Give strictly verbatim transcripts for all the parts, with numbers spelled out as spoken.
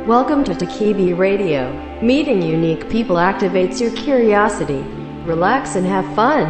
Welcome to Takibi Radio. Meeting unique people activates your curiosity. Relax and have fun.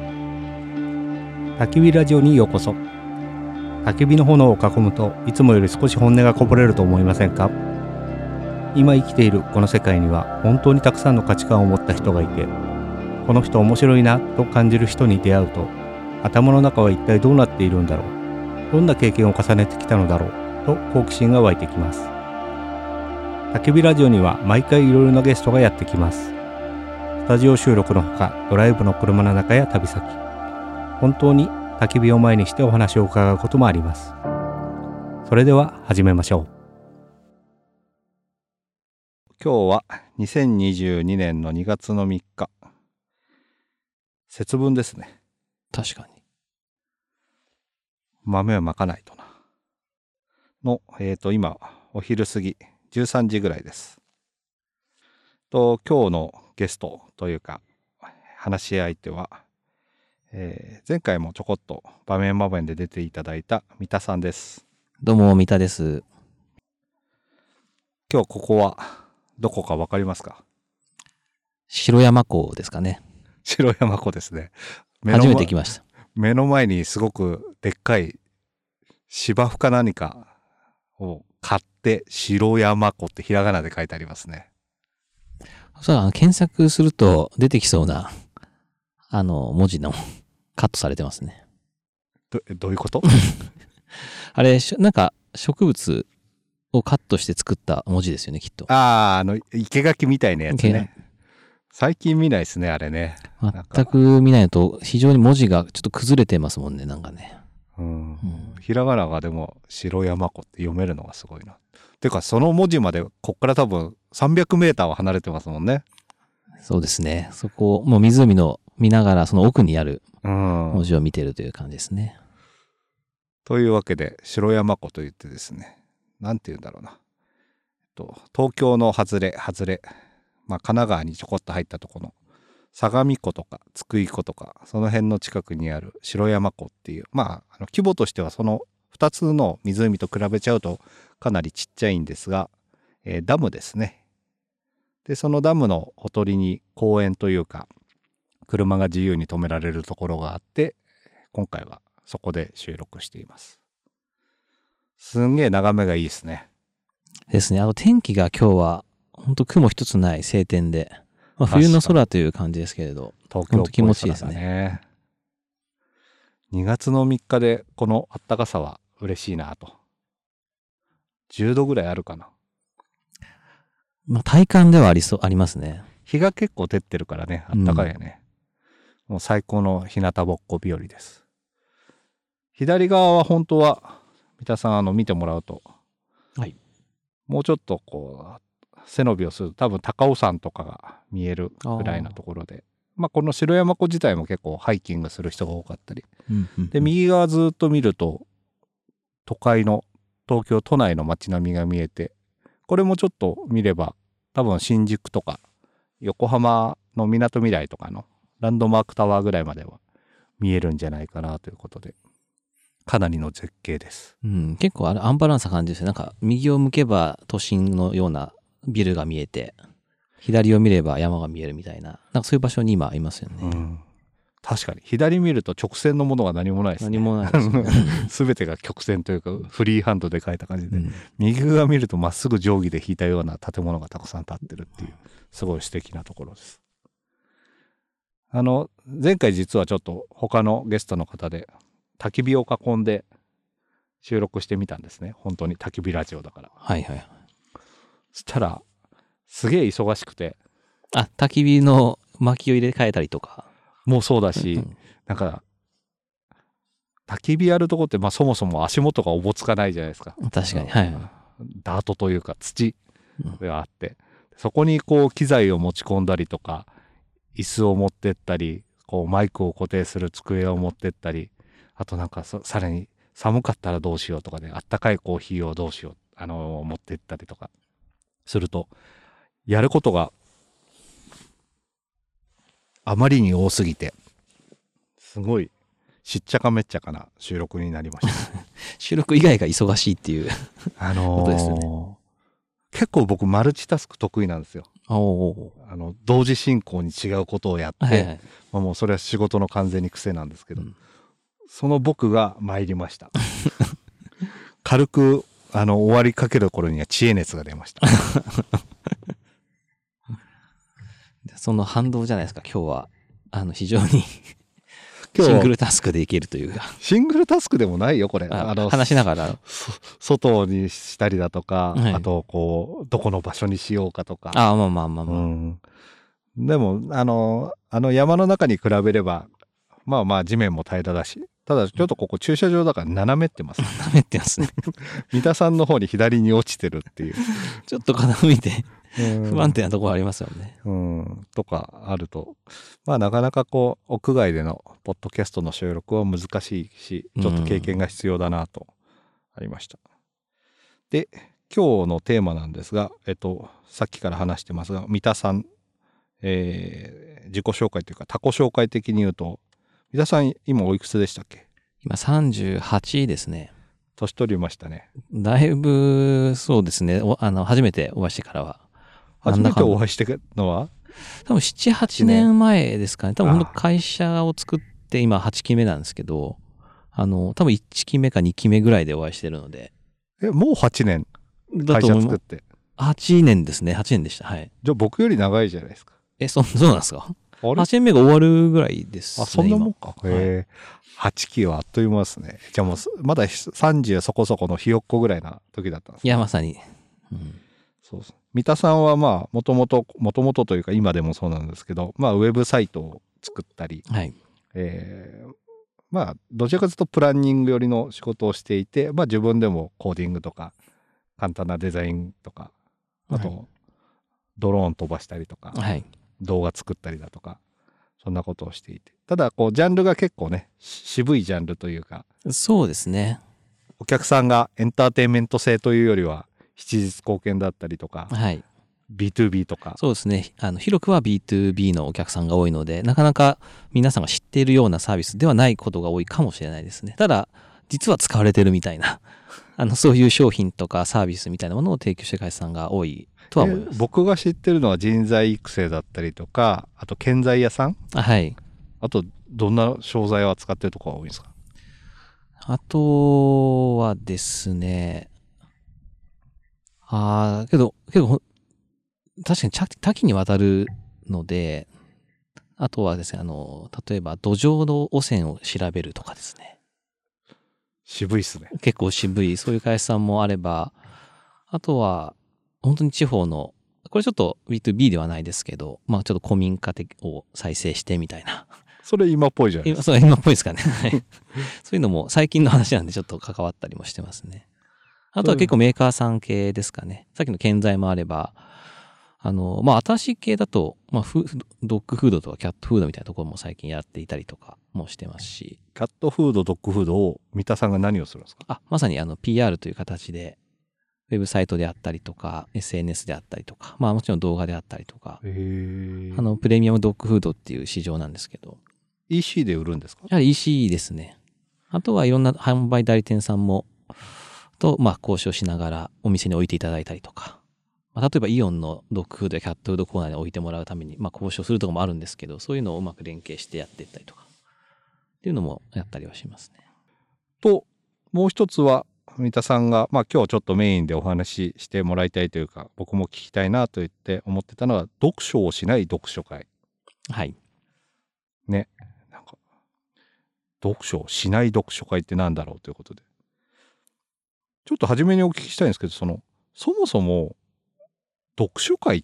焚き火ラジオにようこそ。焚き火の炎を囲むといつもより少し本音がこぼれると思いませんか？今生きているこの世界には本当にたくさんの価値観を持った人がいて、この人面白いなと感じる人に出会うと、頭の中は一体どうなっているんだろう、どんな経験を重ねてきたのだろうと好奇心が湧いてきます。焚き火ラジオには毎回いろいろなゲストがやってきます。スタジオ収録のほか、ドライブの車の中や旅先、本当に焚き火を前にしてお話を伺うこともあります。それでは始めましょう。今日はにせんにじゅうにねんのにがつのみっか、節分ですね。 確かに豆はまかないとなの、えーと今お昼過ぎじゅうさんじぐらいです。と今日のゲストというか話し相手は、えー前回もちょこっと場面場面で出ていただいた三田さんです。 どうも三田です。 今日ここはどこかわかりますか？ 城山港ですかね。 城山湖ですね。目の初前めて来ました。 目の前にすごくでっかい芝生か何かを買って城山湖ってひらがなで書いてありますね。 そうあの検索すると出てきそうなあの文字のカットされてますね。 ど, どういうことあれしなんか植物をカットして作った文字ですよね、きっと。 ああ、あの生垣みたいなやつね。最近見ないですね、あれね。 全く見ないのと非常に文字がちょっと崩れてますもんね、なんかね。 うん。 うん、 ひらがながでも城山湖って読めるのがすごいな。てかその文字までこっから多分さんびゃくメーターは離れてますもんね。 そうですね。そこもう湖の見ながらその奥にあるうん文字を見てるという感じですね。 というわけで城山湖といってですね、なんて言うんだろうな、と東京の外れ外れ、まあ、神奈川にちょこっと入ったところの相模湖とか津久井湖とかその辺の近くにある城山湖っていう、まあ、あの規模としてはそのふたつの湖と比べちゃうとかなりちっちゃいんですが、えーダムですね。でそのダムのほとりに公園というか車が自由に止められるところがあって、今回はそこで収録しています。すんげえ眺めがいいですね。 ですね。あの天気が今日は本当雲一つない晴天で、まあ、冬の空という感じですけれど、 東京っぽい空だね。 本当気持ちいいですね。 にがつのみっかでこの暖かさは嬉しいなと。じゅうどぐらいあるかな。 まあ、体感ではありそうありますね。 日が結構照ってるからね、暖かいよね。うん、もう最高の日向ぼっこ日和です。左側は本当は三田さんあの見てもらうと、 はい、 もうちょっとこう背伸びをすると多分高尾山とかが見えるぐらいのところで、まあこの城山湖自体も結構ハイキングする人が多かったり、 うんうん、 で右側ずっと見ると都会の東京都内の街並みが見えて、これもちょっと見れば多分新宿とか横浜のみなとみらいとかのランドマークタワーぐらいまでは見えるんじゃないかなということで、かなりの絶景です。 うん、結構あれアンバランスな感じですね。なんか右を向けば都心のようなビルが見えて、左を見れば山が見えるみたいな、なんかそういう場所に今いますよね。 うん、確かに左見ると直線のものが何もないですね。 何もないですね。 全てが曲線というかフリーハンドで描いた感じで、 うん、 右側見るとまっすぐ定規で引いたような建物がたくさん建ってるっていうすごい素敵なところです。あの前回実はちょっと他のゲストの方で焚き火を囲んで収録してみたんですね。本当に焚き火ラジオだから。 はいはい。 そしたらすげえ忙しくて、 あ、焚き火の薪を入れ替えたりとかもうそうだし、 うん、 なんか焚き火やるとこって、まあそもそも足元がおぼつかないじゃないですか。 確かに、はい、 ダートというか土があって、うん、そこにこう機材を持ち込んだりとか、椅子を持ってったり、こうマイクを固定する机を持ってったり、あとなんかさらに寒かったらどうしようとかで、あったかいコーヒーをどうしよう、あの持ってったりとかすると、やることがあまりに多すぎて、すごいしっちゃかめっちゃかな収録になりました。 収録以外が忙しいっていうあのー、 ことですね。 結構僕マルチタスク得意なんですよ。 おーあの同時進行に違うことをやって、 はいはい。 まあ、もうそれは仕事の完全に癖なんですけど、 うん、 その僕が参りました。軽くあの終わりかける頃には知恵熱が出ました。 その反動じゃないですか、今日は。あの、非常に今日シングルタスクでいけるというか。 シングルタスクでもないよこれ。 ああの話しながら。 外にしたりだとか、 はい、 あとこうどこの場所にしようかとか。 ああ、まあまあまあまあ。 うん、でもあのあの山の中に比べればまあまあ地面も平らだし、ただちょっとここ駐車場だから斜めってます。 斜めってますね。 三田さんの方に左に落ちてるっていう。 ちょっと傾いて不安定なところありますよね。 うん、とかあると、まあなかなかこう屋外でのポッドキャストの収録は難しいし、ちょっと経験が必要だなとありました。で、今日のテーマなんですが、えっとさっきから話してますが、三田さん、えー、自己紹介というか他己紹介的に言うと、三田さん今おいくつでしたっけ？ 今さんじゅうはちですね。 年取りましたね。 だいぶそうですね。あの初めてお会いしてからは。 初めてお会いしてるのは多分なな、はちねんまえですかね。多分会社を作って今はちきめなんですけど、あの多分いっきめかにきめぐらいでお会いしてるので。 え、もうはちねん会社作って。 はちねんですね。はちねんでした。はい。 じゃあ僕より長いじゃないですか。 え、そ、そうなんですか？ あれはちねんめが終わるぐらいですね。 あ、そんなもんか。 今。 へえ、はい。はちきはあっという間ですね。じゃあもうまださんじゅうそこそこのひよっこぐらいな時だったんですか？ いや、まさに。うん、 そうそう。三田さんはまあもともともともとというか今でもそうなんですけど、まあウェブサイトを作ったり、 はい、 えー、まあどちらかというとプランニング寄りの仕事をしていて、まあ自分でもコーディングとか簡単なデザインとか、あと、はい、ドローン飛ばしたりとか、 はい、 動画作ったりだとか、そんなことをしていて、ただこうジャンルが結構ね渋いジャンルというか、 そうですね。 お客さんがエンターテインメント性というよりは質実貢献だったりとか、 はい、 ビーツービー とか、 そうですね。あの広くは ビーツービー のお客さんが多いので、なかなか皆さんが知っているようなサービスではないことが多いかもしれないですね。ただ実は使われてるみたいなあのそういう商品とかサービスみたいなものを提供してる会社さんが多いとは思います。 僕が知ってるのは人材育成だったりとか、あと建材屋さん、 はい、 あとどんな商材を扱ってるところが多いんですか？ あとはですね、ああ、けど、けど、確かに多岐にわたるので、あとはですね、あの、例えば土壌の汚染を調べるとかですね。 渋いっすね。 結構渋い、そういう会社さんもあれば、あとは、本当に地方の、これちょっと ビーツービー ではないですけど、まあちょっと古民家を再生してみたいな。 それ今っぽいじゃないですか。 今、そう、今っぽいですかね。そういうのも最近の話なんでちょっと関わったりもしてますね。あとは結構メーカーさん系ですかね。さっきの建材もあれば、あの、まあ新しい系だと、まあフドッグフードとかキャットフードみたいなところも最近やっていたりとかもしてますし。 キャットフード、ドッグフードを三田さんが何をするんですか？ あ、まさにあの ピーアール という形で、ウェブサイトであったりとか、エスエヌエス であったりとか、まあもちろん動画であったりとか、 へー、 あの、プレミアムドッグフードっていう市場なんですけど。 イーシー で売るんですか？ やはり イーシー ですね。あとはいろんな販売代理店さんも、と、まあ交渉しながらお店に置いていただいたりとか、まあ、例えばイオンのドッグフードやキャットフードコーナーに置いてもらうために、まあ交渉するところもあるんですけど、そういうのをうまく連携してやっていったりとか、っていうのもやったりはしますね。 と、もう一つは、三田さんが、まあ今日ちょっとメインでお話ししてもらいたいというか、僕も聞きたいなと言って思ってたのは、読書をしない読書会。 はい。 ね。なんか、読書をしない読書会ってなんだろうということで。ちょっと初めにお聞きしたいんですけど、その、そもそも、読書会って、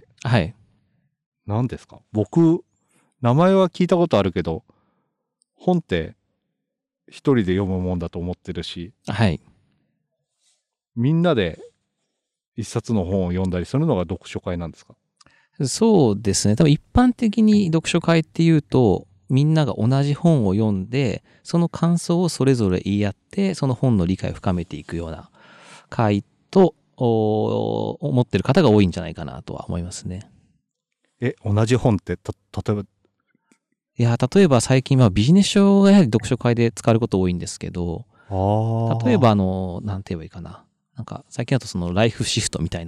はい。 何ですか？僕、名前は聞いたことあるけど、本って一人で読むもんだと思ってるし、 はい。 みんなで一冊の本を読んだりするのが読書会なんですか？ そうですね。多分一般的に読書会っていうと、みんなが同じ本を読んで、その感想をそれぞれ言い合って、その本の理解を深めていくような会と思ってる方が多いんじゃないかなとは思いますね。え、 同じ本ってた例えば？ いや、例えば最近はビジネス書がやはり読書会で使われること多いんですけど、 あ例えばあの、なんて言えばいいかな。なんか最近だとそのライフシフトみたいな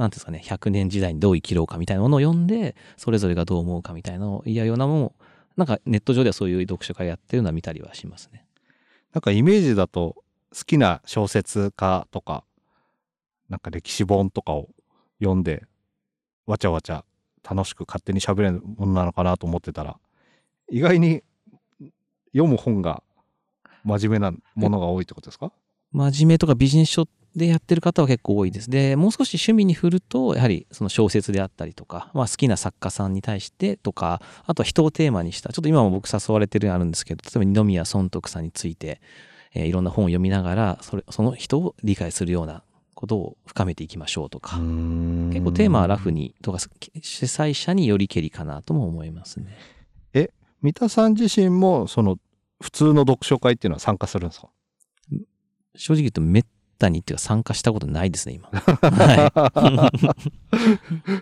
なんていうんですかね、ひゃくねん時代にどう生きろうかみたいなものを読んで、それぞれがどう思うかみたいなのを言い合うようなものを、なんかネット上ではそういう読書会やってるのは見たりはしますね。 なんかイメージだと好きな小説家とか、なんか歴史本とかを読んで、わちゃわちゃ楽しく勝手に喋れるものなのかなと思ってたら、意外に読む本が真面目なものが多いってことですか？ 真面目とかビジネス書でやってる方は結構多いです。で、もう少し趣味に振ると、やはりその小説であったりとか、まあ好きな作家さんに対してとか、あとは人をテーマにした、ちょっと今も僕誘われてるのあるんですけど、例えば二宮尊徳さんについて、えー、いろんな本を読みながら、それ、その人を理解するようなことを深めていきましょうとか、結構テーマはラフに、とか、主催者によりけりかなとも思いますね。 え、三田さん自身もその普通の読書会っていうのは参加するんですか？ 正直言うとめったにっていうか参加したことないですね、今。はい。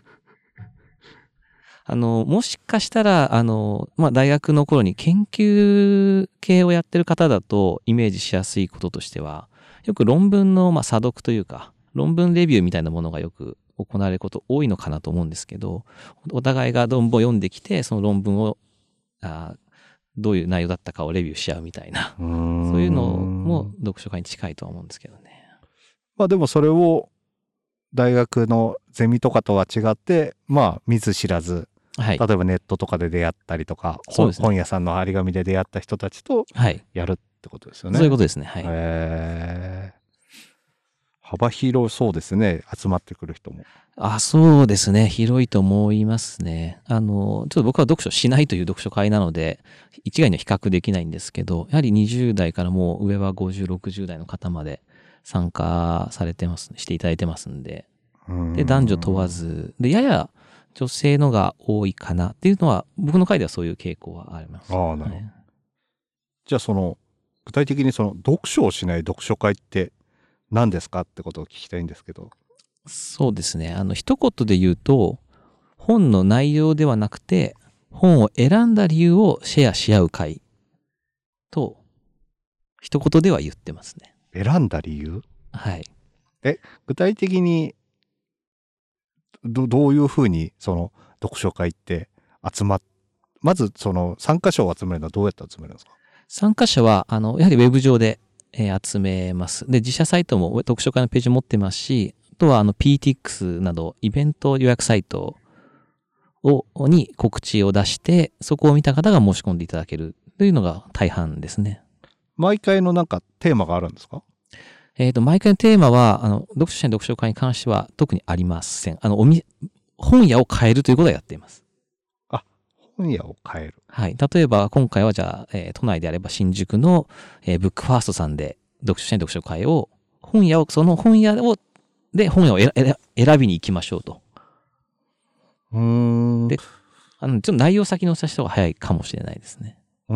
あの、もしかしたら、あの、まあ、大学の頃に研究系をやってる方だとイメージしやすいこととしては、よく論文の、まあ、査読というか、論文レビューみたいなものがよく行われること多いのかなと思うんですけど、お互いが論文を読んできて、その論文を、あどういう内容だったかをレビューし合うみたいな、うそういうのも読書会に近いとは思うんですけどね。 まあでもそれを大学のゼミとかとは違って、まあ見ず知らず、はい、例えばネットとかで出会ったりとか、ね、本屋さんの張り紙で出会った人たちとやるってことですよね。 はい、そういうことですね。はい。 へー。幅広そうですね、集まってくる人も。 あ、そうですね。広いと思いますね。あの、ちょっと僕は読書しないという読書会なので、一概には比較できないんですけど、やはりにじゅう代からもう上はごじゅう、ろくじゅう代の方まで参加されてます、していただいてますんで、で、男女問わず、で、やや女性のが多いかなっていうのは、僕の会ではそういう傾向はあります。 ああ、なるほど。はい、じゃあその、具体的にその読書をしない読書会って何ですかってことを聞きたいんですけど。 そうですね。あの、一言で言うと、本の内容ではなくて、本を選んだ理由をシェアし合う会と、一言では言ってますね。 選んだ理由？ はい。 え、具体的に、ど、どういうふうに、その、読書会って集まっ、まず、その、参加者を集めるのはどうやって集めるんですか？ 参加者は、あの、やはりウェブ上で、えー、集めます。で、自社サイトも読書会のページ持ってますし、あとは、あの、ピーティックス など、イベント予約サイトを、に告知を出して、そこを見た方が申し込んでいただけるというのが大半ですね。 毎回のなんかテーマがあるんですか？ えっと、毎回のテーマは、あの、読書者の読書会に関しては特にありません。あの、おみ、本屋を変えるということはやっています。 あ、本屋を変える。 はい。例えば、今回はじゃあ、えー、都内であれば新宿の、えー、ブックファーストさんで読書者の読書会を、本屋を、その本屋を、で、本屋を選びに行きましょうと。 うーん。 で、あの、ちょっと内容先にお伝えした方が早いかもしれないですね。 うん。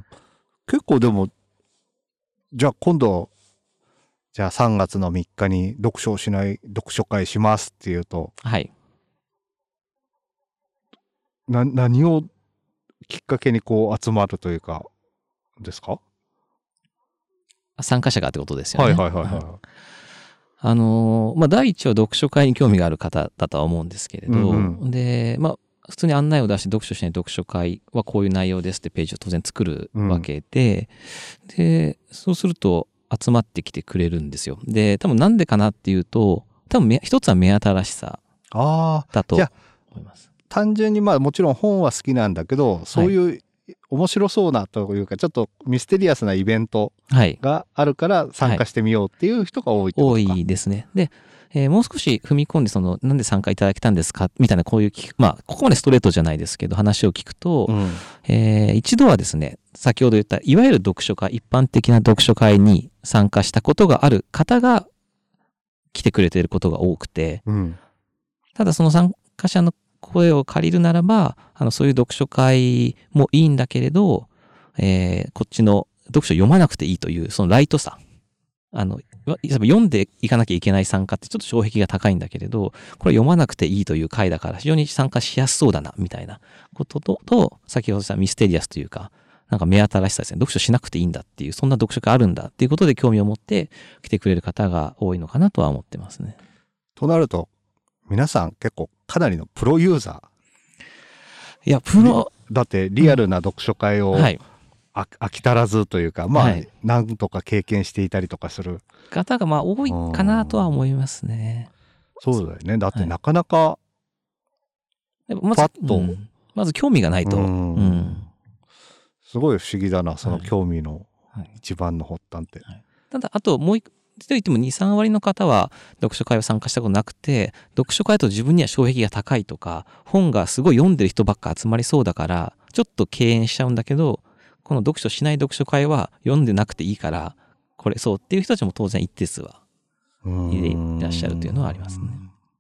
結構でも、じゃあ今度、じゃあさんがつのみっかに読書をしない読書会しますっていうと、 はい。 な、何をきっかけにこう集まるというか、ですか？ 参加者がってことですよね。 はいはいはいはい。 あのー、まあ、第一は読書会に興味がある方だとは思うんですけれど、うんうん、で、まあ、普通に案内を出して読書しない読書会はこういう内容ですってページを当然作るわけで、うん、で、そうすると集まってきてくれるんですよ。で、多分なんでかなっていうと、多分一つは目新しさだと思います。 単純にまあもちろん本は好きなんだけど、そういう面白そうなというか、ちょっとミステリアスなイベントがあるから参加してみようっていう人が多いってことですか？ 多いですね。で、えー、もう少し踏み込んで、その、なんで参加いただけたんですかみたいな、こういう、まあ、ここまでストレートじゃないですけど、話を聞くと、うん、えー、一度はですね、先ほど言った、いわゆる読書会、一般的な読書会に参加したことがある方が来てくれていることが多くて、うん、ただその参加者の声を借りるならば、あの、そういう読書会もいいんだけれど、えー、こっちの読書読まなくていいという、そのライトさ。あの、読んでいかなきゃいけない参加ってちょっと障壁が高いんだけれど、これ読まなくていいという回だから非常に参加しやすそうだな、みたいなことと、と、先ほど言ったミステリアスというか、なんか目新しさですね。読書しなくていいんだっていう、そんな読書会あるんだっていうことで興味を持って来てくれる方が多いのかなとは思ってますね。 となると、 皆さん結構かなりのプロユーザいや、プロ、 ー。だってリアルな読書会を、 はい。 あ飽き足らずというか、まあ、 はい何とか経験していたりとかする。 方がまあ多いかなとは思いますね。 そうだよね。だってはいなかなか、 やっぱまず、 パッとうんまず興味がないと。 ううんん。 すごい不思議だな、その興味のはい一番の発端って。 ただ、あともう一、と言ってもに、さん割の方は読書会は参加したことなくて、読書会だと自分には障壁が高いとか、本がすごい読んでる人ばっか集まりそうだから、ちょっと敬遠しちゃうんだけど、この読書しない読書会は読んでなくていいから、これそうっていう人たちも当然一定数はいらっしゃるというのはありますね。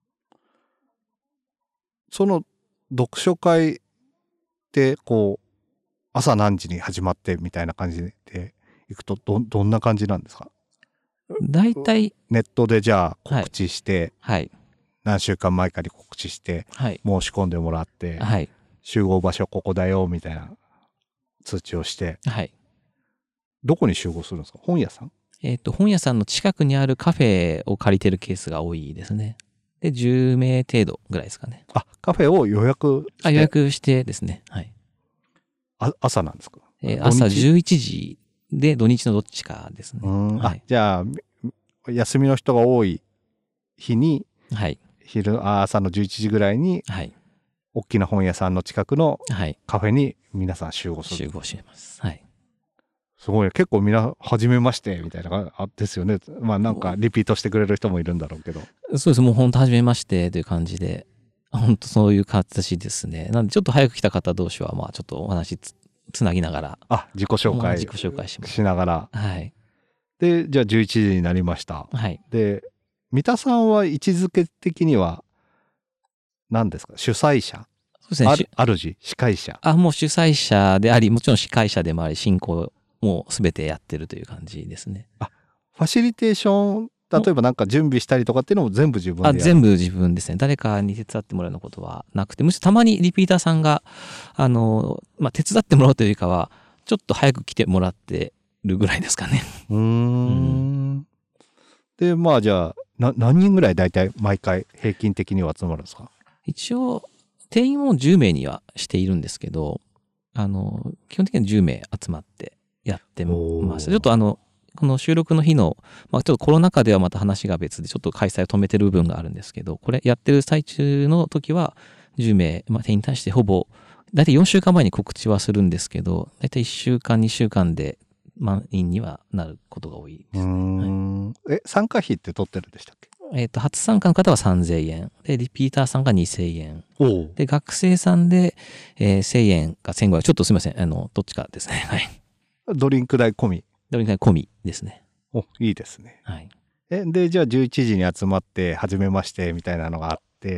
その読書会ってこう朝何時に始まってみたいな感じでいくと ど, どんな感じなんですか？ 大体、 ネットでじゃあ告知して、 はい。 何週間前かに告知してはい。 申し込んでもらって、 はい。 集合場所ここだよみたいな通知をして、 はい。 どこに集合するんですか？本屋さん？ えっと、本屋さんの近くにあるカフェを借りてるケースが多いですね。で、じゅう名程度ぐらいですかね。 あ、カフェを予約して。 あ、予約してですね。はい。 あ朝なんですか？ えー朝じゅういちじで土日のどっちかですね。 うん、 はいあじゃあ休みの人が多い日にはい。 昼あ朝のじゅういちじぐらいにはい。 大きな本屋さんの近くのはい。 カフェに皆さん集合する。 集合します。はい。 すごい結構みんな初めましてみたいなのがあですよね。まあなんかリピートしてくれる人もいるんだろうけど。 そうです。もう本当初めましてという感じで、本当そういう形ですね。なんでちょっと早く来た方同士は、まあちょっとお話つつなぎながら、 あ自己紹介自己紹介します。 しながら。 はい。 でじゃあじゅういちじになりました。 はい。 で三田さんは位置づけ的には何ですか？主催者？ そうですね。 あし主司会者？ あ、もう主催者であり、もちろん司会者でもあり、進行もうすべてやってるという感じですね。 ファシリテーション、例えばなんか準備したりとかっていうのも全部自分でやあ、 る？ 全部自分ですね。誰かに手伝ってもらうようなことはなくて、むしろたまにリピーターさんが、あの、まあ、手伝ってもらうというよりかは、ちょっと早く来てもらってるぐらいですかね。 うーん。で、まあじゃあ、な何人ぐらい大体毎回平均的には集まるんですか？ 一応、定員をじゅう名にはしているんですけど、あの、基本的にはじゅう名集まってやってます。ちょっとあの、この収録の日の、まあ、ちょっとコロナ禍ではまた話が別で、ちょっと開催を止めてる部分があるんですけど、これやってる最中の時はじゅう名、まあ、定員に対してほぼ、だいたいよんしゅうかんまえに告知はするんですけど、だいたいいっしゅうかん、にしゅうかんで満員にはなることが多いです。 うーん。え、参加費って取ってるんでしたっけ？ えっと、初参加の方はさんぜんえん。で、リピーターさんがにせんえん。 おう。 で、学生さんで、えー、せんえんかせんごひゃくえん。ちょっとすみません。あの、どっちかですね。はい。 ドリンク代込み。 ドリンク代込みですね。 お、いいですね。 はい。 え、で、じゃあじゅういちじに集まって、はじめましてみたいなのがあって、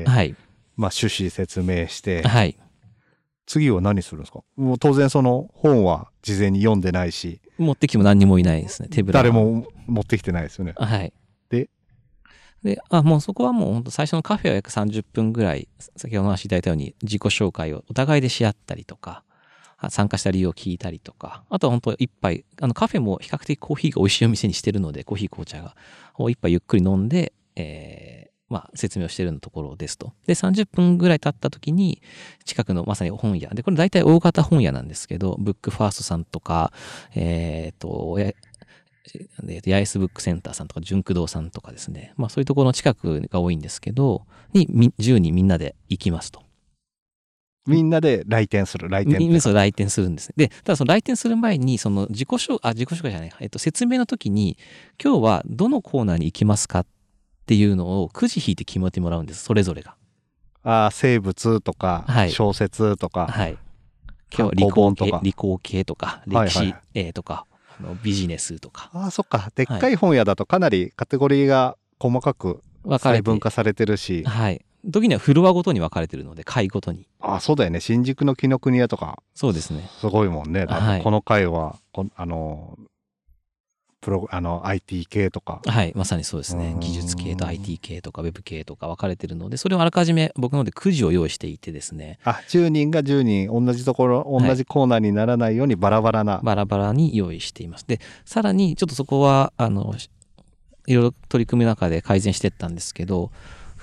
はい。 まあ趣旨説明して、 はい。 次は何するんですか？もう当然その本は事前に読んでないし、 持ってきても何にもいないですね。手ぶら。 誰。も持ってきてないですよね。 はい。 で、 で、あ、もうそこはもう本当最初のカフェは約さんじゅっぷんぐらい、先ほどお話しいただいたように自己紹介をお互いでし合ったりとか、あ参加した理由を聞いたりとか、あとは本当一杯、あのカフェも比較的コーヒーが美味しいお店にしてるので、コーヒー紅茶が、を一杯ゆっくり飲んで、えー、まあ説明をしているようなところですと。で、さんじゅっぷんぐらい経った時に、近くのまさに本屋。で、これ大体大型本屋なんですけど、ブックファーストさんとか、えっと、や八重洲ブックセンターさんとか、純駆動さんとかですね。まあそういうところの近くが多いんですけど、に、じゅうにんみんなで行きますと。 みんなで来店する。来店って。 みんなそう来店するんですね。で、ただその来店する前に、その自己紹介、あ、自己紹介じゃない、えっと、説明の時に、今日はどのコーナーに行きますかっていうのをくじ引いて決めてもらうんです。それぞれが。 ああ、生物とか、 はい小説とか、 はい。今日は理単行工本とか、 系理工系とか、 はいはい歴史、えーとか、あのビジネスとか、 ああ、そっか。でっかい本屋だとかなりカテゴリーが細かく細分かれて分化されてるし、 はい。時にはフロアごとに分かれてるので、階ごとに。 ああ、そうだよね。新宿の紀ノ国屋とか、 そうですね。 すごいもんね。だってはいこの回は、こあの、プロ、あの、アイティー 系とか。 はい。まさにそうですねうーん。 技術系と アイティー 系とか Web 系とか分かれてるので、それをあらかじめ僕の方でくじを用意していてですね、 あ、じゅうにんがじゅうにん、同じところ、 はい同じコーナーにならないようにバラバラな。 バラバラに用意しています。で、さらにちょっとそこは、あの、いろいろ取り組む中で改善していったんですけど、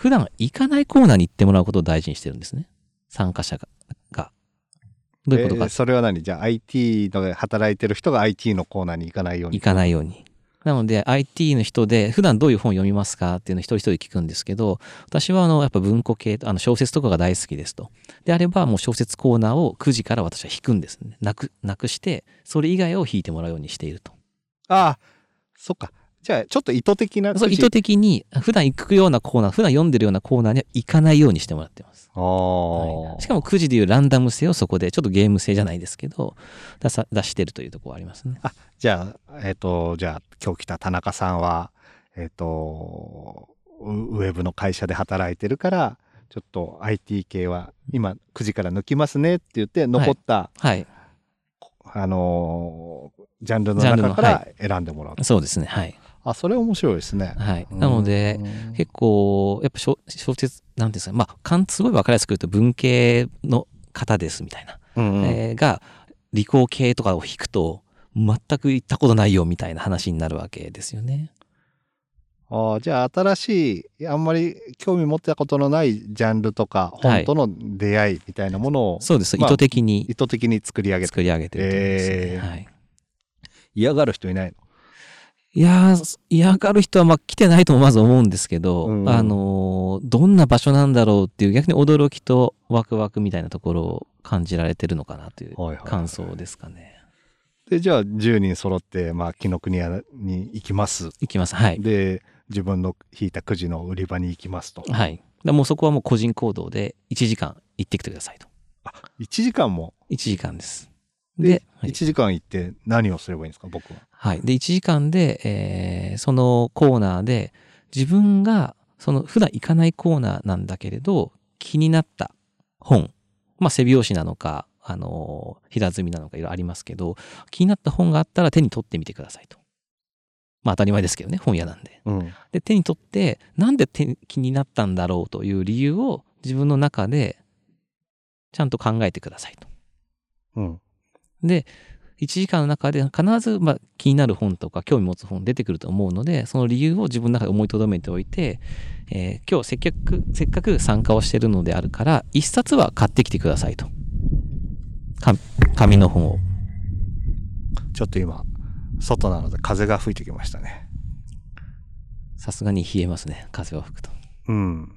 普段行かないコーナーに行ってもらうことを大事にしてるんですね。参加者が。がどういうことか、 えーそれは何じゃあ アイティー の働いてる人が アイティー のコーナーに行かないように。 行かないように。なので アイティー の人で普段どういう本読みますかっていうのを一人一人聞くんですけど、私はあのやっぱ文庫系、あの小説とかが大好きですと。であればもう小説コーナーをくじから私は引くんですね。なく、なくして、それ以外を引いてもらうようにしていると。 ああ、そっか。じゃあちょっと意図的なくじ。 そう意図的に普段行くようなコーナー、普段読んでるようなコーナーには行かないようにしてもらってます。 ああ、 はいしかもくじでいうランダム性をそこでちょっとゲーム性じゃないですけど出さ出してるというところはありますね。 あ、じゃあ、えっ、と、じゃあ、今日来た田中さんは、えっ、と、ウウェブの会社で働いてるから、ちょっと アイティー 系は今くじから抜きますねって言って、残った、 はい。 あのージャンルのジャンルの中から選んでもらう。 そうですね。はい。 あ、それ面白いですね。 はい。なので、結構、やっぱ小小説、なんていうんですか、まあ、かんすごい分かりやすく言うと文系の方ですみたいな。 うんうんえーが、理工系とかを引くと、全く行ったことないよみたいな話になるわけですよね。 あじゃあ新しいあんまり興味持ってたことのないジャンルとか本との出会いみたいなものを、 そうです、 まあ意図的に意図的に作り上げて作り上げてると思いますね、 えーはい。 嫌がる人いないの？ いやー嫌がる人はまあ来てないとまず思うんですけど、 うんあのーどんな場所なんだろうっていう逆に驚きとワクワクみたいなところを感じられてるのかなというはいはいはい感想ですかね。 でじゃあじゅうにん揃ってまあ紀ノ国屋に行きます。 いきます。はい。 で自分の引いたくじの売り場に行きますと。 はい。でもうそこはもう個人行動でいちじかん行ってきてくださいと。 あいちじかんも。 いちじかんです。 で、 で、はいいちじかん行って何をすればいいんですか僕は。 はい。で、いちじかんで、えーそのコーナーで自分がその普段行かないコーナーなんだけれど気になった本、まあ背表紙なのか、あのー平積みなのかいろいろありますけど、気になった本があったら手に取ってみてくださいと。まあ当たり前ですけどね、本屋なんで。 うん。 で、手に取ってなんで手気になったんだろうという理由を自分の中でちゃんと考えてくださいと。 うん。 で、いちじかんの中で必ずまあ気になる本とか興味持つ本出てくると思うので、その理由を自分の中で思いとどめておいて、えー今日せっかく、せっかく参加をしているのであるから、一冊は買ってきてくださいと。か紙の本を。 ちょっと今外なので風が吹いてきましたね。 さすがに冷えますね、風が吹くと。 うん。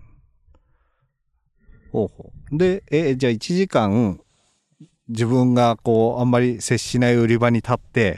ほうほう。で、え、じゃあいちじかん、自分がこう、あんまり接しない売り場に立って、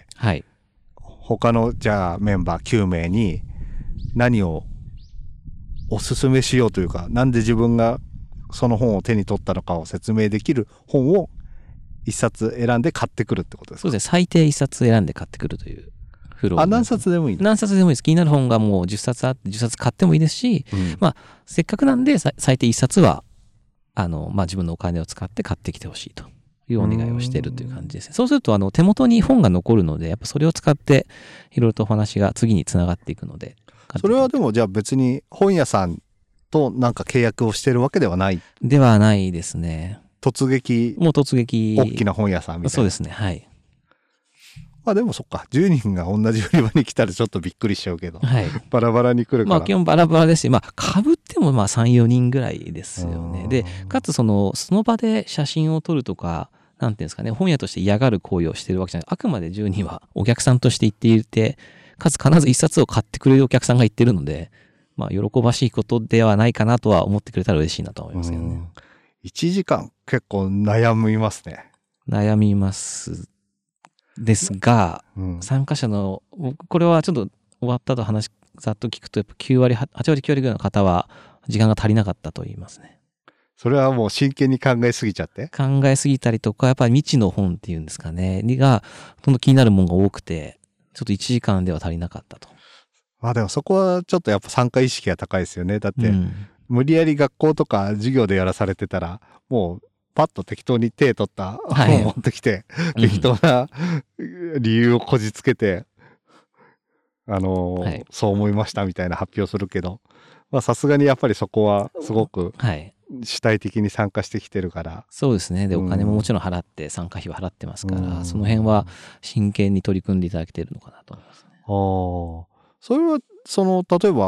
はい。 他の、じゃあメンバーきゅうめいに何をおすすめしようというか、なんで自分がその本を手に取ったのかを説明できる本を一冊選んで買ってくるってことですか？ そうですね、最低一冊選んで買ってくるというフロー。 あ、何冊でもいいの？ 何冊でもいいです。気になる本がもうじゅっさつあってじゅっさつ買ってもいいですし、 うんまあ、せっかくなんでさ最低一冊は、あの、まあ、自分のお金を使って買ってきてほしいというお願いをしているという感じですね。そうすると、あの、手元に本が残るので、やっぱそれを使って、いろいろとお話が次につながっていくので。 それはでもじゃあ別に本屋さんとなんか契約をしてるわけではない？ ではないですね。 突撃、 もう突撃。 大きな本屋さんみたいな。 そうですね。はい。 まあでもそっか、じゅうにんが同じ売り場に来たらちょっとびっくりしちゃうけど、 はい。 バラバラに来るから。 まあ基本バラバラですし、まあ被ってもまあさん、よにんぐらいですよね。 うんで、かつその、その場で写真を撮るとか、なんていうんですかね、本屋として嫌がる行為をしてるわけじゃない。あくまでじゅうにんはお客さんとして行っていて、かつ必ず一冊を買ってくれるお客さんが言ってるので、まあ喜ばしいことではないかなとは思ってくれたら嬉しいなと思いますけどね。 うんいちじかん結構悩みますね。 悩みますですが、 うん参加者の、僕これはちょっと終わったと話、ざっと聞くと、やっぱきゅうわり、はちわりきゅうわりぐらいの方は時間が足りなかったと言いますね。 それはもう真剣に考えすぎちゃって考えすぎたりとか、やっぱり未知の本っていうんですかね、が、どんどん気になるものが多くて、ちょっといちじかんでは足りなかったと。 まあでもそこはちょっとやっぱ参加意識が高いですよね。だって、 うん無理やり学校とか授業でやらされてたら、もうパッと適当に手取ったはい本を持ってきて、適当な理由をこじつけて、あのーはいそう思いましたみたいな発表するけど、まあさすがにやっぱりそこはすごくはい。 主体的に参加してきてるから、 そうですね。で、 うんお金ももちろん払って、参加費は払ってますから、 うんその辺は真剣に取り組んでいただけてるのかなと思いますね。 ああ、それはその例えば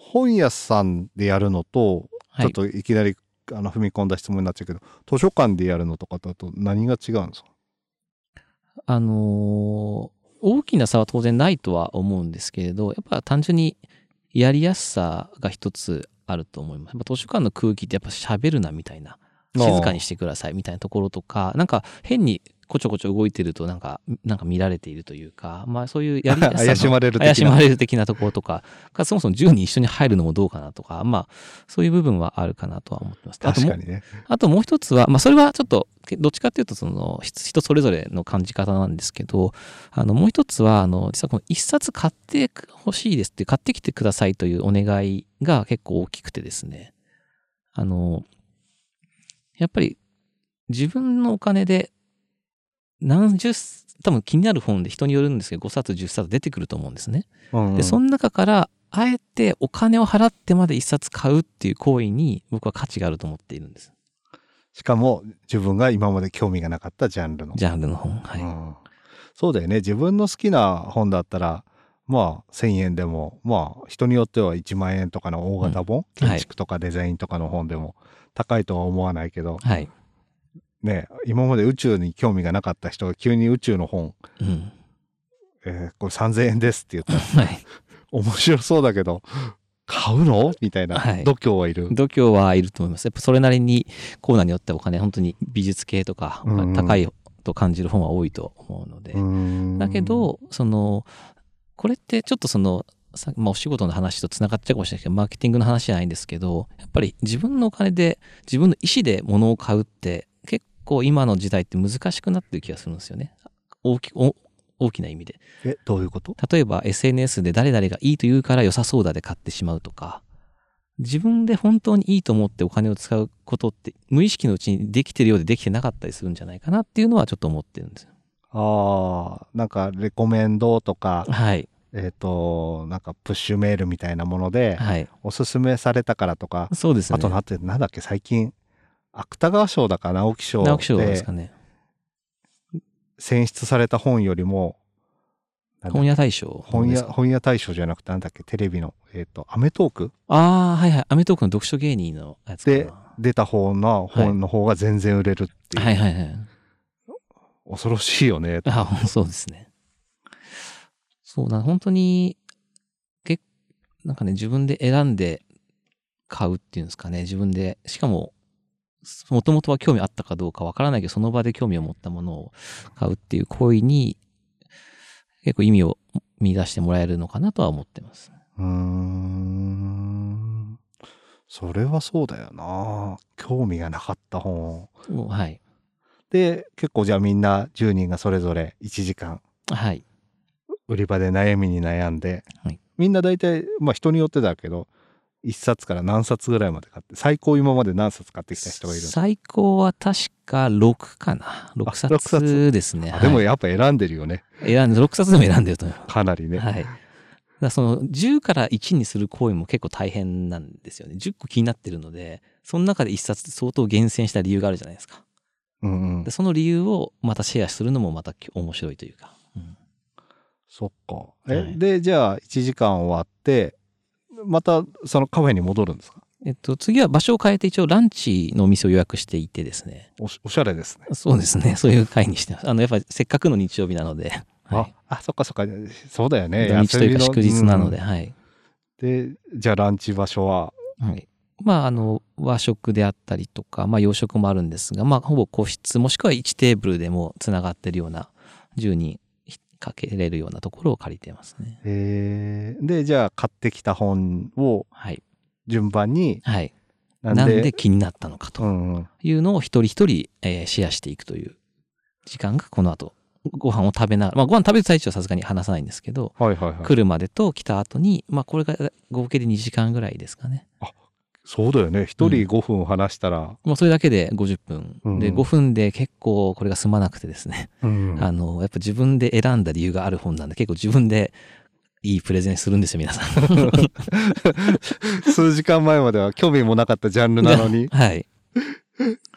本屋さんでやるのと、 はいちょっといきなりあの踏み込んだ質問になっちゃうけど、図書館でやるのとかだと何が違うんですか？ あのー大きな差は当然ないとは思うんですけれど、やっぱ単純にやりやすさが一つあると思います。やっぱ図書館の空気ってやっぱ喋るなみたいな、静かにしてくださいみたいなところとか、なんか変にこちょこちょ動いてるとなんか、なんか見られているというか、まあそういうやりやすさの怪しまれる的な怪しまれる的なところとか、そもそもじゅうにん一緒に入るのもどうかなとか、まあそういう部分はあるかなとは思ってます。あとも確かにね。 あともう一つは、まあそれはちょっと、どっちかっていうとその人それぞれの感じ方なんですけど、あのもう一つは、あの実はこの一冊買ってほしいですって、買ってきてくださいというお願いが結構大きくてですね、あの、やっぱり自分のお金で何十、多分気になる本で人によるんですけど、ごさつじゅっさつ出てくると思うんですね。 うんうんで、その中からあえてお金を払ってまで一冊買うっていう行為に僕は価値があると思っているんです。 しかも自分が今まで興味がなかったジャンルの。 ジャンルの本。はい。 うん、そうだよね。自分の好きな本だったら、まあせんえんでも、まあ人によってはいちまんえんとかの大型本、 うん建築とかデザインとかの本でも高いとは思わないけど、 はい。 ね、今まで宇宙に興味がなかった人が急に宇宙の本、 うん。 えーこれさんぜんえんですって言ったらはい。 面白そうだけど、買うのみたいなはい度胸はいる。 度胸はいると思います。やっぱそれなりにコーナーによってはお金、本当に美術系とかうんうん高いと感じる本は多いと思うので。 うーんだけど、その、これってちょっとその、さまあ、お仕事の話とつながっちゃうかもしれないけど、マーケティングの話じゃないんですけど、やっぱり自分のお金で自分の意思で物を買うって結構今の時代って難しくなってる気がするんですよね。大きお大きな意味で。 え、どういうこと？ 例えば エスエヌエス で誰々がいいと言うから良さそうだで買ってしまうとか、自分で本当にいいと思ってお金を使うことって無意識のうちにできてるようでできてなかったりするんじゃないかなっていうのはちょっと思ってるんですよ。 ああ、なんかレコメンドとか、 はい。 えっ、と、なんかプッシュメールみたいなもので、 はい。 おすすめされたからとか、 そうですね。 あとなんて、なんだっけ、最近、芥川賞だか直木賞直木賞ですでかね。 選出された本よりも、なんだ本屋大賞。 本屋、 ですか本屋大賞じゃなくて、なんだっけ、テレビの、えっ、と、アメトークああ、はいはい。アメトークの読書芸人のやつかな。 で出た方の本の方が全然売れるっていう。 はいはいはい。 恐ろしいよね。 あ、そうですね。そうだ、本当に、けなんかね、自分で選んで買うっていうんですかね。自分で、しかも、もともとは興味あったかどうかわからないけど、その場で興味を持ったものを買うっていう行為に、結構意味を見出してもらえるのかなとは思ってます。 うーん。それはそうだよな。興味がなかった本。 もうはい。 で、結構じゃあみんなじゅうにんがそれぞれいちじかん、 はい。 売り場で悩みに悩んで、 はいみんな大体、まあ人によってだけど、いっさつから何冊ぐらいまで買って、最高今まで何冊買ってきた人がいるんですか？ 最高は確かろくかな。ろくさろくさつつですね。 あでもはいやっぱ選んでるよね。 選んで、ろくさつでも選んでると思います。 かなりね。 はい。だからそのじゅうからいちにする行為も結構大変なんですよね。じゅっこ気になってるので、その中でいっさつ相当厳選した理由があるじゃないですか。 うんうんで。その理由をまたシェアするのもまた面白いというか。うんそっか。え、 はいで、じゃあいちじかん終わって、またそのカフェに戻るんですか？ えっと、次は場所を変えて一応ランチのお店を予約していてですね。 おしおしゃれですね。 そうですね。そういう会にしてます。あの、やっぱりせっかくの日曜日なので。はいあ、あ、そっかそっか。そうだよね。 土日というか祝日なので、 うんはい。 で、じゃあランチ場所は、 はい。まあ、あの、和食であったりとか、まあ、洋食もあるんですが、まあ、ほぼ個室、もしくはいちテーブルでもつながってるような、じゅうにんかけれるようなところを借りてますね。 えー、で、じゃあ買ってきた本をはい。 順番に、 はい。 ななんで、 で気になったのかとうんうん、 いうのを一人一人、えーシェアしていくという時間がこの後、ご飯を食べながら、まあ、ご飯食べる最中はさすがに話さないんですけど、 はいはいはい。 来るまでと来た後に、まあ、これが合計でにじかんぐらいですかね。 そうだよね。一人ごふん話したら、 もうそれだけでごじゅっぷん。 うんで、ごふんで結構これが済まなくてですね。 うんあの、やっぱ自分で選んだ理由がある本なんで、結構自分でいいプレゼンするんですよ、皆さん。 数時間前までは興味もなかったジャンルなのに。 はい。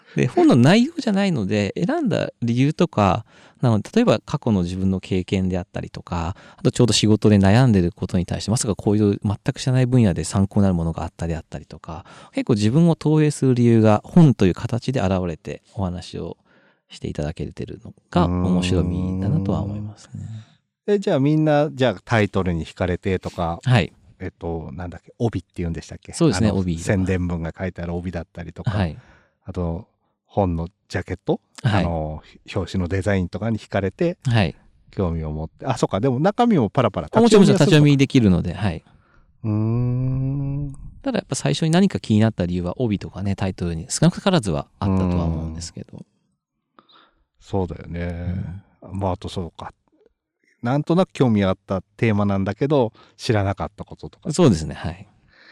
で本の内容じゃないので選んだ理由とかなので例えば過去の自分の経験であったりとかあとちょうど仕事で悩んでることに対してまさかこういう全く知らない分野で参考になるものがあったりあったりとか結構自分を投影する理由が本という形で現れてお話をしていただけてるのが面白みだなとは思いますね。 えじゃあみんなじゃあタイトルに惹かれてとか、 はいえっとなんだっけ帯っていうんでしたっけ。 そうですねあの帯宣伝文が書いてある帯だったりとか、 はい、 あと本のジャケット、 はい、 あの表紙のデザインとかに惹かれてはい、 興味を持って、あそっかでも中身もパラパラもちろん立ち読みでできるので、はい。 うーんただやっぱ最初に何か気になった理由は帯とかねタイトルに少なからずはあったとは思うんですけど。 そうだよね、うん、まああとそうかなんとなく興味あったテーマなんだけど知らなかったこととか。 そうですね、はい。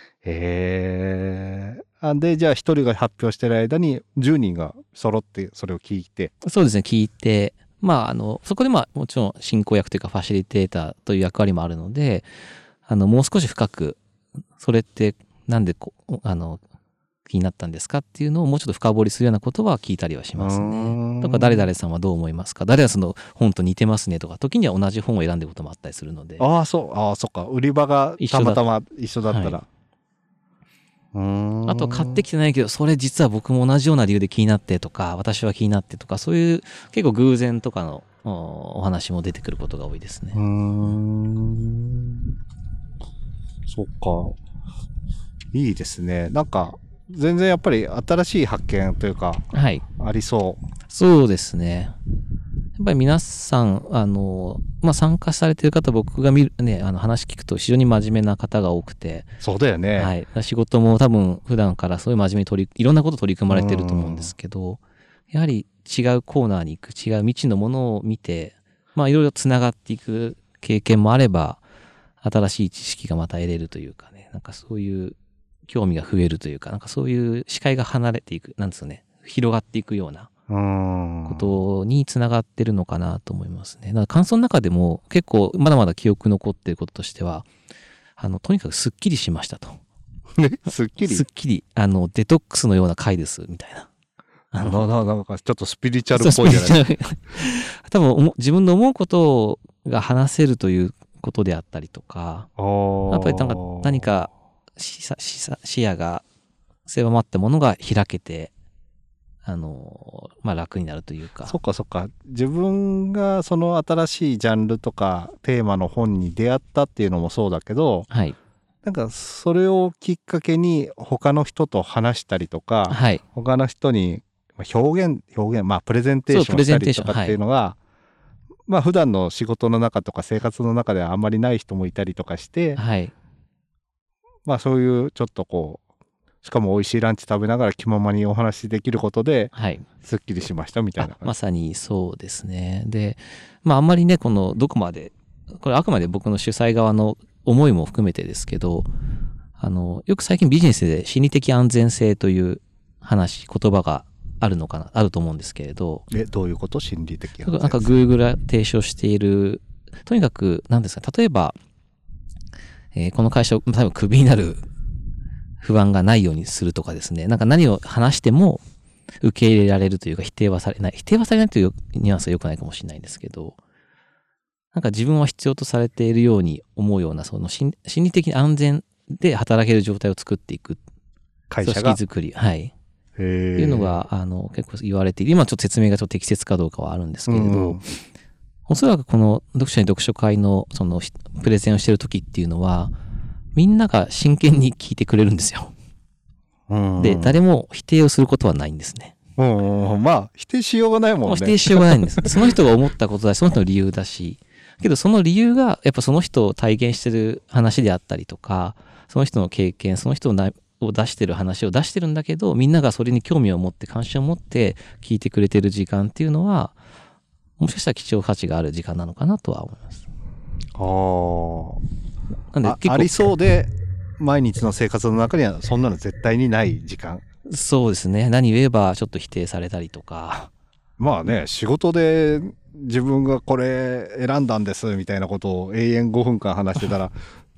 へえ。あでじゃあ一人が発表してる間にじゅうにんが揃ってそれを聞いて。 そうですね、聞いてまああのそこでまあもちろん進行役というかファシリテーターという役割もあるのであのもう少し深くそれってなんでこあの気になったんですかっていうのをもうちょっと深掘りするようなことは聞いたりはしますね。とか誰々さんはどう思いますか、誰々さんの本と似てますねとか時には同じ本を選んでることもあったりするので。 ああそうああそっか売り場がたまたま一緒だったら、はい、うーんあと買ってきてないけどそれ実は僕も同じような理由で気になってとか私は気になってとかそういう結構偶然とかのお話も出てくることが多いですね。 うーんそっかいいですね。なんか全然やっぱり新しい発見というか、 はい、 ありそう。 そうですね。やっぱり皆さんあの、まあ、参加されてる方僕が見る、ね、あの話聞くと非常に真面目な方が多くて。 そうだよね、 はい、仕事も多分普段からそういう真面目に取りいろんなこと取り組まれてると思うんですけどやはり違うコーナーに行く違う未知のものを見てまあいろいろつながっていく経験もあれば新しい知識がまた得れるというかねなんかそういう興味が増えるというかなんかそういう視界が離れていくなんですよね広がっていくようなことにつながってるのかなと思いますね。だから感想の中でも結構まだまだ記憶残っていることとしてはあのとにかくすっきりしましたとすっきりすっきりあのデトックスのような回ですみたいなあのななんかちょっっとスピリチュアルっぽいじゃないですか多分自分の思うことが話せるということであったりとかやっぱりなんか何か視野が狭まったものが開けてあの、まあ、楽になるというか。 そっかそっか自分がその新しいジャンルとかテーマの本に出会ったっていうのもそうだけど、 はい、 なんかそれをきっかけに他の人と話したりとか、 はい、 他の人に表現表現まあプレゼンテーションしたりとかっていうのが、はい、まあ普段の仕事の中とか生活の中ではあんまりない人もいたりとかして、 はい、 まあそういうちょっとこうしかも美味しいランチ食べながら気ままにお話しできることで、はい、すっきりしましたみたいな。 まさにそうですね。で、まああんまりねこのどこまでこれあくまで僕の主催側の思いも含めてですけど、あのよく最近ビジネスで心理的安全性という話言葉があるのかなあると思うんですけれど。 えどういうこと心理的安全性？ なんか Google が提唱しているとにかく何ですか例えば、えー、この会社を多分クビになる不安がないようにするとかですねなんか何を話しても受け入れられるというか否定はされない否定はされないというニュアンスは良くないかもしれないんですけどなんか自分は必要とされているように思うようなその心理的に安全で働ける状態を作っていく会社が組織作りはいっていうのがあの結構言われている今ちょっと説明がちょっと適切かどうかはあるんですけれど、うん、おそらくこの読者に読書会のそのプレゼンをしている時っていうのはみんなが真剣に聞いてくれるんですよ。うんうん、で誰も否定をすることはないんですね。 うんうん、まあ否定しようがないもんね。もう否定しようがないんです。その人が思ったことだしその人の理由だしけどその理由がやっぱその人を体現してる話であったりとかその人の経験その人を出してる話を出してるんだけどみんながそれに興味を持って関心を持って聞いてくれてる時間っていうのはもしかしたら貴重価値がある時間なのかなとは思います。 ああ。 なんで結構あ, ありそうで毎日の生活の中にはそんなの絶対にない時間。 そうですね何言えばちょっと否定されたりとかまあね仕事で自分がこれ選んだんですみたいなことを永遠ごふんかん話してたら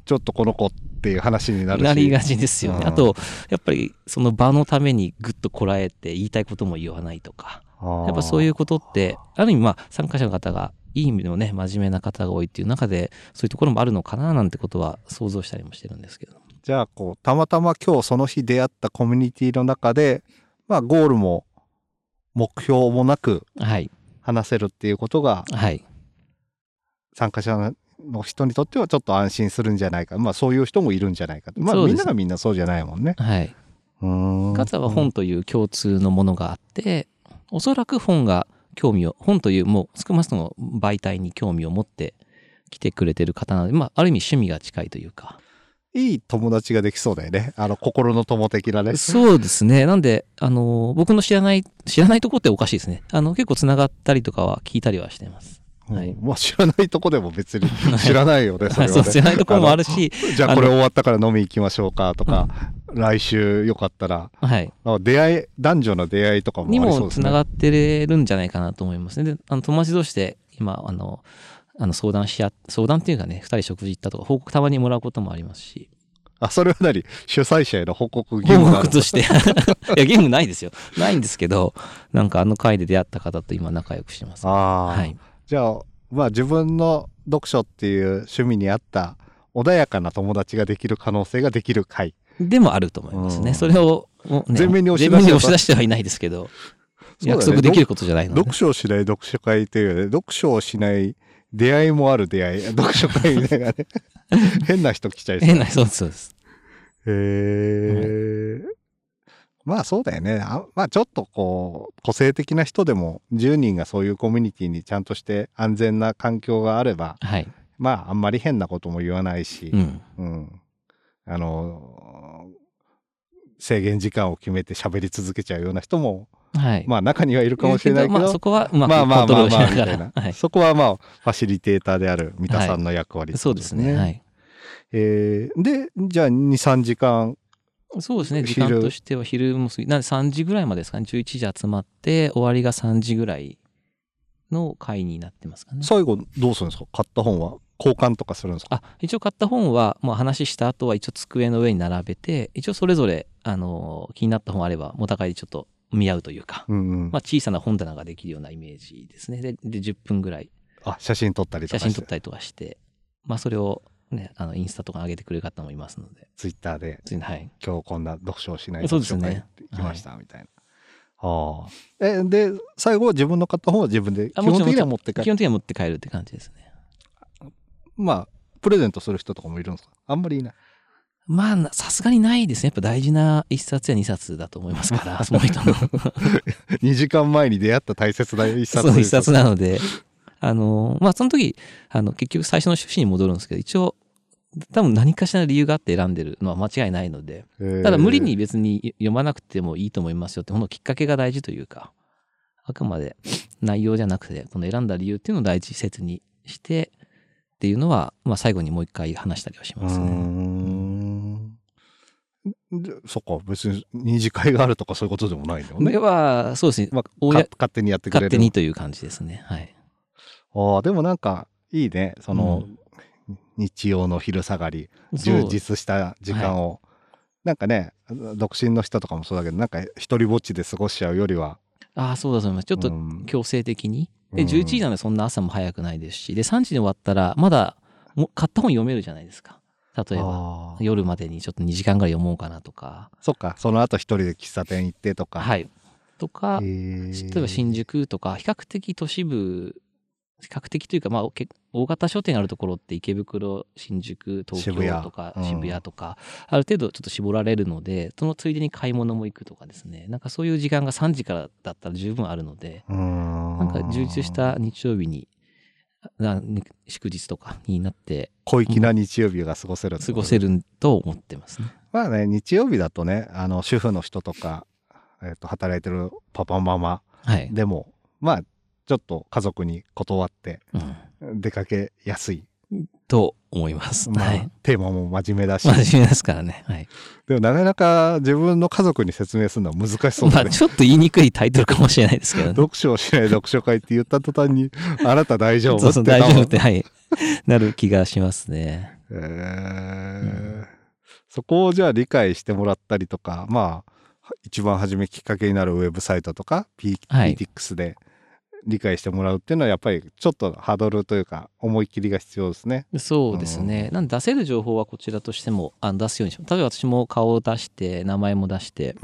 ちょっとこの子っていう話になるし。 なりがちですよね。 うん、 あと、やっぱりその場のためにぐっとこらえて言いたいことも言わないとか、やっぱそういうことって、ある意味まあ参加者の方がいい意味でもね、真面目な方が多いっていう中で、そういうところもあるのかななんてことは想像したりもしてるんですけど。 じゃあ、こう、たまたま今日その日出会ったコミュニティの中で、まあゴールも目標もなく話せるっていうことが、 はい。 参加者の人にとってはちょっと安心するんじゃないか。まあそういう人もいるんじゃないか。まあみんながみんなそうじゃないもんね。 はい。 うーん。 かつは本という共通のものがあって、おそらく本が興味を、本というもう少なくとも媒体に興味を持って来てくれてる方なので、まあある意味趣味が近いというか。 いい友達ができそうだよね。あの心の友的なね。 そうですね。なんで、あの、僕の知らない、知らないとこっておかしいですね。あの、結構つながったりとかは聞いたりはしてます。はい、 うん、まあ知らないとこでも別に知らないよね、それはね。 そう、知らないところもあるし。 じゃあこれ終わったから飲み行きましょうかとか、うん、来週よかったら、 はい、 出会い、男女の出会いとかもありそうですね。 にもつながってるんじゃないかなと思いますね。で、あの友達同士で今、あの、あの相談し合、相談っていうかね、二人食事行ったとか報告たまにもらうこともありますし。 あ、それは何？主催者への報告義務報告として。いや、義務ないですよ。ないんですけど、なんかあの会で出会った方と今仲良くしてます、ね。 ああ。 はい。 じゃあ、まあ自分の読書っていう趣味に合った穏やかな友達ができる可能性ができる会。 でもあると思いますね。それを、ね、 全面に押し出して押し出してはいないですけど、ね、約束できることじゃないので。 読書をしない読書会というね、読書をしない出会いもある出会い、読書会みたいなね。変な人来ちゃいそう。 変な人、そうです。 へえ、はい、まあそうだよね。あまあちょっとこう個性的な人でもじゅうにんがそういうコミュニティにちゃんとして安全な環境があれば、 はい、 まああんまり変なことも言わないし、 うんうん、あの制限時間を決めて喋り続けちゃうような人も、はい、まあ中にはいるかもしれないけど、 まあそこはうまくコントロールしながら、はい、 そこはまあファシリテーターである三田さんの役割、 ね、はい、そうですね。はい。 えー、でじゃあに、さんじかん。 そうですね。時間としては昼も過ぎ、なんでさんじぐらいまでですかね。じゅういちじ集まって終わりがさんじぐらいの会になってますかね。 最後どうするんですか？買った本は交換とかするんですか？ あ、一応買った本はもう話した後は一応机の上に並べて、一応それぞれあの気になった本あればお互いちょっと見合うというか、うんうん、まあ小さな本棚ができるようなイメージですね。で、でじゅっぷんぐらい。 あ、写真撮ったりとかして。 写真撮ったりとかして、まあそれをね、あのインスタとか上げてくれる方もいますので、 ツイッターで、 はい、 今日こんな読書をしない読書会って来ました、 ね、 みたいな。はあ。え、で、最後は自分の買った本は自分で基本的には持って帰る。 基本的には持って帰るって感じですね。 まあ、プレゼントする人とかもいるんですか？あんまりいない。 まあ、さすがにないですね。やっぱ大事な一冊や二冊だと思いますから、その人の。 にじかんまえに出会った大切な一冊。 そう、一冊なので。あの、まあ、その時、あの、結局最初の趣旨に戻るんですけど、一応、多分何かしらの理由があって選んでるのは間違いないので、ただ無理に別に読まなくてもいいと思いますよって、このきっかけが大事というか、あくまで内容じゃなくて、この選んだ理由っていうのを第一説にしてっていうのは、まあ最後にもう一回話したりはしますね。うーんでそっか、別に二次会があるとかそういうことでもないのね。 では、そうですね。 まあ、勝手にやってくれる。 勝手にという感じですね。はい。 ああ、でもなんかいいね。その、うん、日曜の昼下がり、充実した時間を。はい、なんかね、独身の人とかもそうだけど、なんか一人ぼっちで過ごしちゃうよりは。 ああ、そうだと思います。ちょっと強制的に。うん、で、じゅういちじなのでそんな朝も早くないですし、で、さんじに終わったら、まだも買った本読めるじゃないですか。例えば、夜までにちょっとにじかんぐらい読もうかなとか。 そっか、その後一人で喫茶店行ってとか。 はい。とか、例えば新宿とか、比較的都市部、比較的というか、まあ、大型商店があるところって池袋、新宿、東京とか渋谷とか、うん、ある程度ちょっと絞られるので、そのついでに買い物も行くとかですね、なんかそういう時間がさんじからだったら十分あるので、んなんか充実した日曜日に、祝日とかになって、 小粋な日曜日が過ごせる、 過ごせると思ってますね。 まあね、日曜日だとね、あの主婦の人とか、えー、と働いてるパパママでも、はい、まあちょっと家族に断って出かけやすい、 うん、と思います、 まあ、 はい、 テーマも真面目だし、 真面目ですからね、はい、 でもなかなか自分の家族に説明するのは難しそうだね、 まあ、ちょっと言いにくいタイトルかもしれないですけど、ね、 読書をしない読書会って言った途端にあなた大丈夫ってそうそう大丈夫って、はい、なる気がしますね。 えそこをじゃあ理解してもらったりとか、まあ一番初めきっかけになるウェブサイトとか ピーティーエックス で理解してもらうっていうのはやっぱりちょっとハードルというか思い切りが必要ですね。 そうですね、うん、なんで出せる情報はこちらとしてもあ出すようにします。例えば私も顔を出して名前も出して、うん、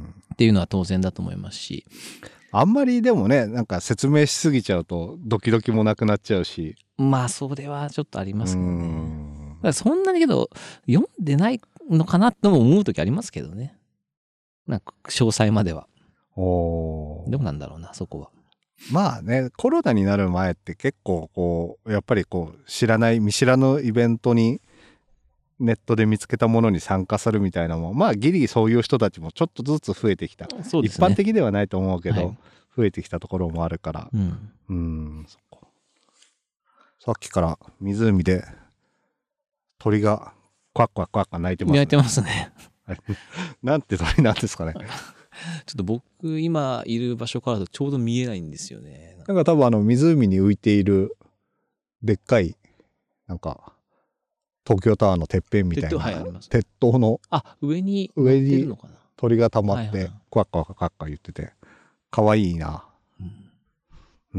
っていうのは当然だと思いますし、 あんまりでもねなんか説明しすぎちゃうとドキドキもなくなっちゃうし、 まあそれはちょっとありますけどね。だからそんなにけど読んでないのかなとも思う時ありますけどね、なんか詳細までは。おどうなんだろうなそこは。 まあねコロナになる前って結構こうやっぱりこう知らない見知らぬイベントにネットで見つけたものに参加するみたいなもん、まあギリそういう人たちもちょっとずつ増えてきた、そうですね、一般的ではないと思うけど、はい、増えてきたところもあるから、うん、うーんそっか。さっきから湖で鳥がクワックワックワック鳴いてますね。 鳴いてますねなんて鳥なんですかね。 ちょっと僕今いる場所からだとちょうど見えないんですよね。 なんか多分あの湖に浮いているでっかいなんか東京タワーのてっぺんみたいな、はい、鉄塔のあ上に上に鳥が溜まってクワックワックワック言っててかわいいな、うん、うん。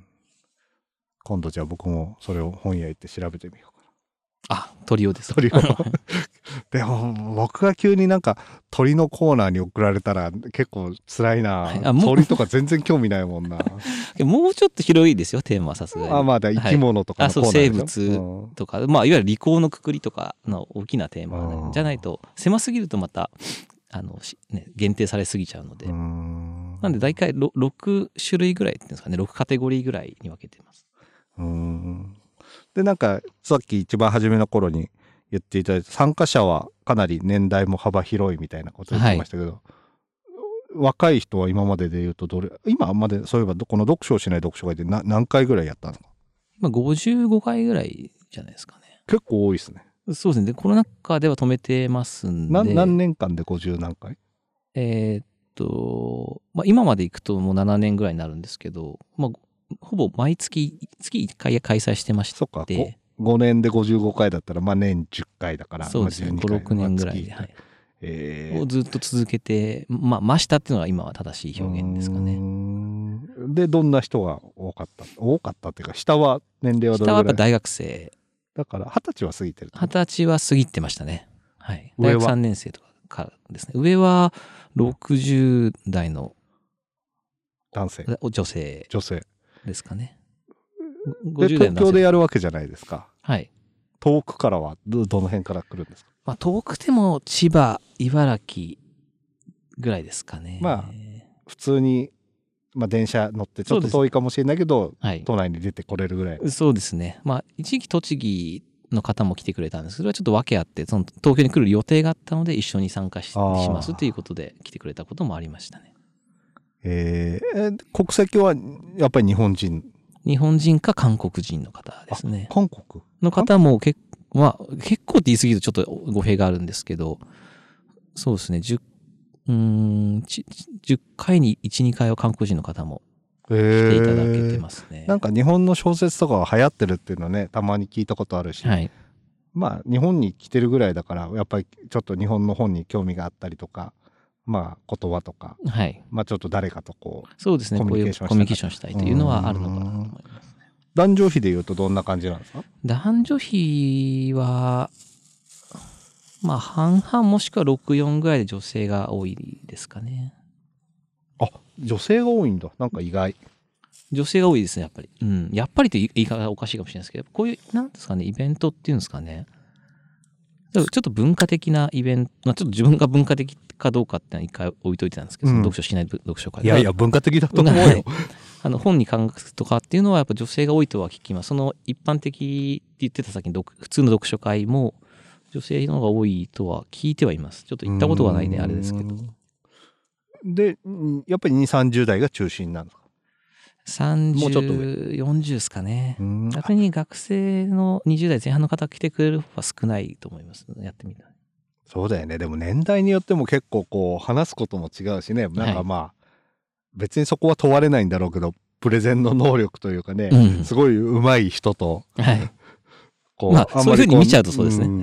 今度じゃあ僕もそれを本屋行って調べてみようかな。 あ、鳥をですか。 鳥をでも僕が急になんか鳥のコーナーに送られたら結構辛いな、はい、鳥とか全然興味ないもんなもうちょっと広いですよテーマはさすがに。 あまあ生き物とかのコーナー、 はい、あそう生物とか、うん、まあいわゆる理工のくくりとかの大きなテーマ、ね、じゃないと狭すぎるとまたあの、ね、限定されすぎちゃうので、うんなんで大体ろく種類ぐらいっていうんですかね、ろくカテゴリーぐらいに分けてます。 うーんでなんかさっき一番初めの頃に言っていただいた参加者はかなり年代も幅広いみたいなこと言ってましたけど、はい、若い人は今までで言うとどれ今までそういえばこの読書をしない読書会でな何回ぐらいやったんですか？ 今ごじゅうごかいぐらいじゃないですかね。 結構多いですね。 そうですね。コロナ禍では止めてますんで。 何, 何年間でごじゅう何回？ えー、っと、まあ、今まで行くともうななねんぐらいになるんですけど、まあほぼ毎月月いっかい開催してまして。 そっか 5, ごねんでごじゅうごかいだったらまあ年じゅっかいだからそうですね、まあ、ごろくねんぐらいで、はい、えー、をずっと続けてまあ増したっていうのが今は正しい表現ですかね。 でどんな人が多かった多かったっていうか下は年齢はどれぐらい？ 下はやっぱ大学生だから二十歳は過ぎてる。 二十歳は過ぎてましたね。はい。大学さんねん生とかからですね。上はろくじゅう代の男性女性女性ですかね。 で東京でやるわけじゃないですか。 はい。 遠くからは ど, どの辺から来るんですか？ まあ遠くても千葉、茨城ぐらいですかね。 まあ普通に、まあ、電車乗ってちょっと遠いかもしれないけど、はい、都内に出てこれるぐらい。 そうですね。まあ一時期栃木の方も来てくれたんですけど、それはちょっと訳あってその東京に来る予定があったので一緒に参加 し, しますということで来てくれたこともありましたね。 えー、国籍はやっぱり日本人？ 日本人か韓国人の方ですね。 韓国の方も結構、まあ、結構って言い過ぎるとちょっと語弊があるんですけど、そうですね、じゅう、うーん、じゅっかいにいち、にかいは韓国人の方も来ていただけてますね。 なんか日本の小説とかが流行ってるっていうのね、たまに聞いたことあるし、はい、まあ日本に来てるぐらいだから、やっぱりちょっと日本の本に興味があったりとか、まあ言葉とか、はい、まあちょっと誰かとこうそうですね、コミュニケーションしたい、コミュニケーションしたいというのはあるのかなと思いますね。 男女比でいうとどんな感じなんですか？ 男女比はまあ半々もしくはろく、よんぐらいで女性が多いですかね。 あ、女性が多いんだ。なんか意外。 女性が多いですね、やっぱり。うん、やっぱりと言い方がおかしいかもしれないですけど、こういうなんですかね、イベントっていうんですかね。ちょっと文化的なイベント、まあ、ちょっと自分が文化的かどうかってのは一回置いといてたんですけど、うん、その読書しない読書会。 いやいや、文化的だと思うよ。はい、 あの本に感覚とかっていうのはやっぱ女性が多いとは聞きます。その一般的って言ってた先に普通の読書会も女性の方が多いとは聞いてはいます。ちょっと行ったことがないね、あれですけど。 で、やっぱりにじゅう、さんじゅう代が中心なんですか？ さんじゅう、もうちょっと上。よんじゅうですかね。逆に学生のにじゅう代前半の方来てくれる方は少ないと思います。やってみたい。 そうだよね。でも年代によっても結構こう話すことも違うしね。なんかまあ、はい、別にそこは問われないんだろうけど、プレゼンの能力というかね、うん、すごい上手い人と、はい、 こう、まあ、あんまりそういうふうに見ちゃうとそうですね。はい、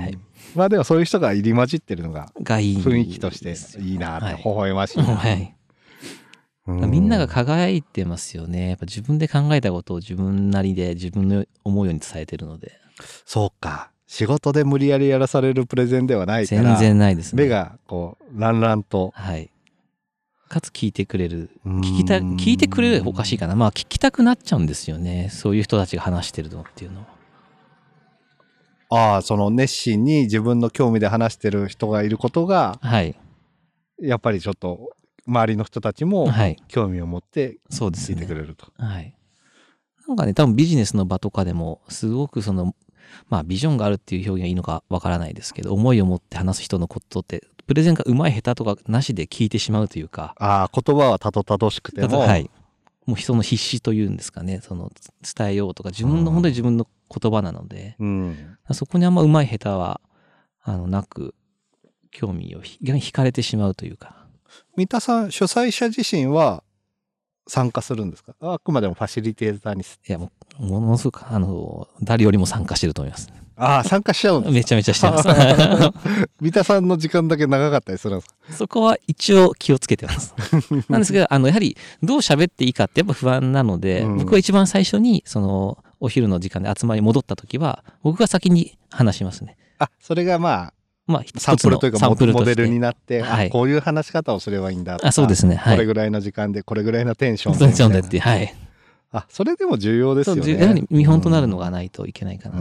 まあでもそういう人が入り混じってるのががいい雰囲気としていいなって、微笑ましいな、 はいうみんなが輝いてますよね。やっぱ自分で考えたことを自分なりで自分の思うように伝えてるので。 そうか、仕事で無理やりやらされるプレゼンではないから全然ないですね。 目がこうランランと、 はいかつ聞いてくれるうーん聞きた聞いてくれるおかしいかな、まあ聞きたくなっちゃうんですよね、そういう人たちが話してるのっていうのは。 ああ、その熱心に自分の興味で話してる人がいることがはいやっぱりちょっと周りの人たちもはい興味を持って聞いそうですねてくれると。 はいなんかね多分ビジネスの場とかでもすごくそのまあビジョンがあるっていう表現がいいのかわからないですけど、思いを持って話す人のことってプレゼンが上手い下手とかなしで聞いてしまうというか、 ああ、言葉はたどたどしくても、 はいもう人の必死というんですかね、その伝えようとか自分の本当に自分の言葉なので、 うん、 そこにあんま上手い下手はあのなく興味をひ惹かれてしまうというか。 三田さん主催者自身は参加するんですか？あくまでもファシリテーターに。 いやもうものすごくあの誰よりも参加してると思います。 ああ、参加しちゃうんですか？ めちゃめちゃしてます。 三田さんの時間だけ長かったりするんですか？ そこは一応気をつけてます。なんですが、あのやはりどう喋っていいかってやっぱ不安なので、 うん僕は一番最初にそのお昼の時間で集まり戻った時は僕が先に話しますね。 あ、それがまあまあサンプルというかモモデルになって、 はいあこういう話し方をすればいいんだとか、 あそうですね、はい、 これぐらいの時間でこれぐらいのテンションでテンションでってはい。 あ、それでも重要ですよね。 やはり見本となるのがないといけないかなと。 うん、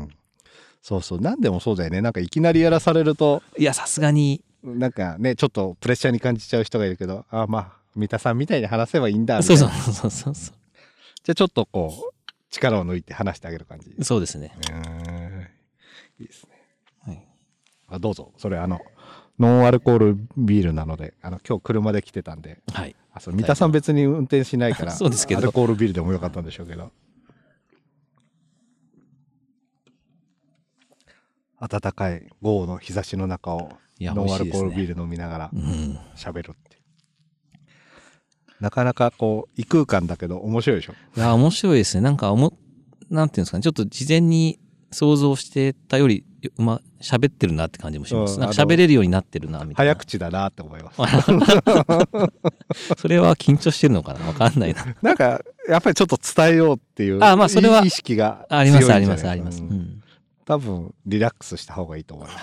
そうそう、何でもそうだよね。なんかいきなりやらされると、 いやさすがになんかねちょっとプレッシャーに感じちゃう人がいるけど、あまあ三田さんみたいに話せばいいんだみたいな。 そうそうそうそうそう。 じゃあちょっとこう力を抜いて話してあげる感じ。 そうですね。 うんいいですね。 はい、 あどうぞ。それあのノンアルコールビールなので、あの今日車で来てたんで、 はい、 あそう三田さん別に運転しないからそうですけどアルコールビールでもよかったんでしょうけど。暖かい豪雨の日差しの中をいやノンアルコール美味しいですねビール飲みながらうん喋るっていう、なかなかこう異空間だけど面白いでしょ。 いや面白いですね。なんかおもなんていうんですかね、ちょっと事前に想像してたよりうま喋ってるなって感じもします。 うんなんか喋れるようになってるなみたいな。 早口だなって思いますそれは緊張してるのかな、わかんないな。 なんかやっぱりちょっと伝えようっていうあまあそれは意識があり強いんじゃないますありますあります。 ううんん、 多分リラックスした方がいいと思います。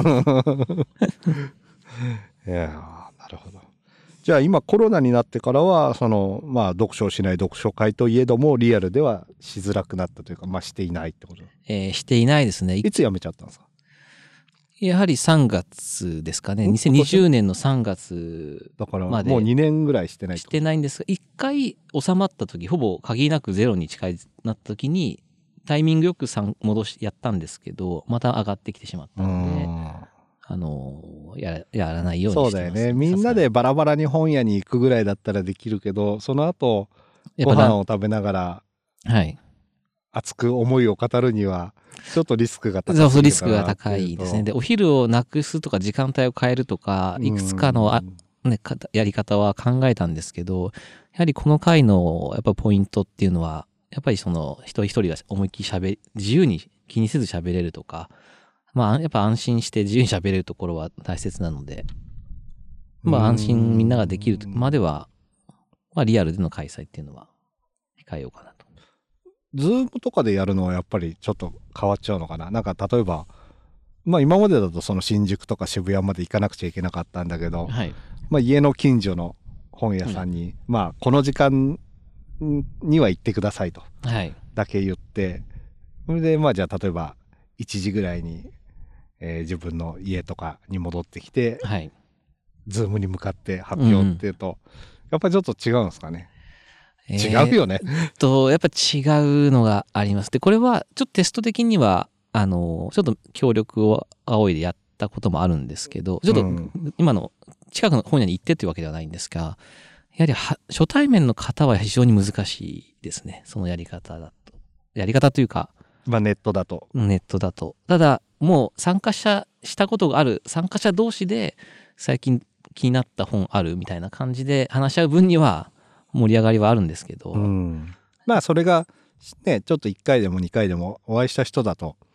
はいいやーなるほど。じゃあ今コロナになってからはそのまあ読書をしない読書会といえどもリアルではしづらくなったというか、まあしていないってこと。 えーしていないですね。 いつ辞めちゃったんですか？ やはりさんがつですかね。 んにせんにじゅうねんのさんがつだからまでもうにねんぐらいしてないってしこと。 てないんですが、一回収まった時、ほぼ限りなくゼロに近いなった時にタイミングよくさん戻しやったんですけど、また上がってきてしまったうので、 んあのややらないようにそうしてます。 だよね。みんなでバラバラに本屋に行くぐらいだったらできるけど、その後ごやっぱな飯を食べながらはい。 熱く思いを語るにはちょっとリスクが高い。 そうそうリスクが高いですね。で、お昼をなくすとか時間帯を変えるとか、いくつかのあ、ね、かやり方は考えたんですけど、やはりこの回のやっぱポイントっていうのは、やっぱりその一人一人が思いっきり喋り、自由に気にせず喋れるとか、まあやっぱ安心して自由に喋れるところは大切なので、まあ安心みんなができるまでは、まあリアルでの開催っていうのは控えようかなと。 ズームとかでやるのはやっぱりちょっと変わっちゃうのかな。なんか例えばまあ今までだとその新宿とか渋谷まで行かなくちゃいけなかったんだけど、 はい。 まあ家の近所の本屋さんに、まあこの時間には行ってくださいとはい。 だけ言って、それでまあじゃあ例えばいちじぐらいに、えー自分の家とかに戻ってきて、 はい。 ズームに向かって発表っていうと、やっぱりちょっと違うんですかね。 えー違うよね。 と、やっぱ違うのがあります。で、これはちょっとテスト的には、あの、ちょっと協力を仰いでやったこともあるんですけど、ちょっとうん今の近くの本屋に行ってっていうわけではないんですが、やはりは初対面の方は非常に難しいですね。そのやり方だと。やり方というか、 まあネットだと。 ネットだと。ただ、もう参加者したことがある参加者同士で最近気になった本あるみたいな感じで話し合う分には盛り上がりはあるんですけど、 うん、まあそれがねちょっといっかいでもにかいでもお会いした人だと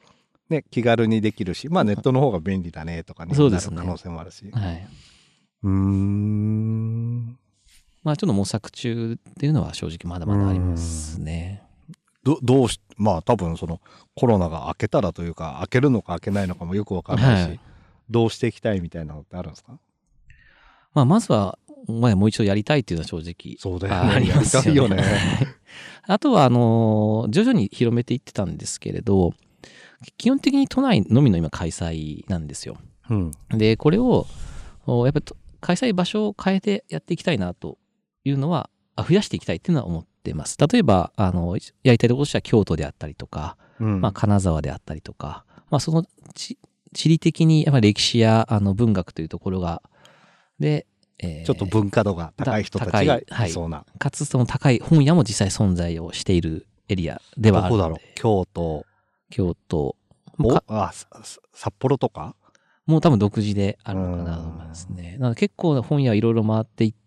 ね、気軽にできるし、まあネットの方が便利だねとかね、 そうですねなる可能性もあるし。 はい。 うーん。 まあちょっと模索中っていうのは正直まだまだありますね。 どどうし、まあ多分そのコロナが明けたらというか、明けるのか明けないのかもよくわかんないし、 はいどうしていきたいみたいなのってあるんですか？ まあまずは、まあもう一度やりたいっていうのは正直そうだよね。 ありますよね。 やりたいよね。 あとは、あの、徐々に広めていってたんですけれど、基本的に都内のみの今開催なんですよ。 うん。 で、これを、おやっぱりと開催場所を変えてやっていきたいなというのは、あ増やしていきたいっていうのは思ってます。例えば、あの、やりたいところとしては京都であったりとか、 うん。 まあ、金沢であったりとか、まあ、その地地理的にやっぱり歴史やあの文学というところが、で、えーちょっと文化度が高い人たちが高いはいいそうな。 かつその高い本屋も実際存在をしているエリアではあるので。 どこだろう？京都、 京都おかあささ札幌とか？ もう多分独自であるのかなと思いますね。なので結構本屋いろいろ回っていって、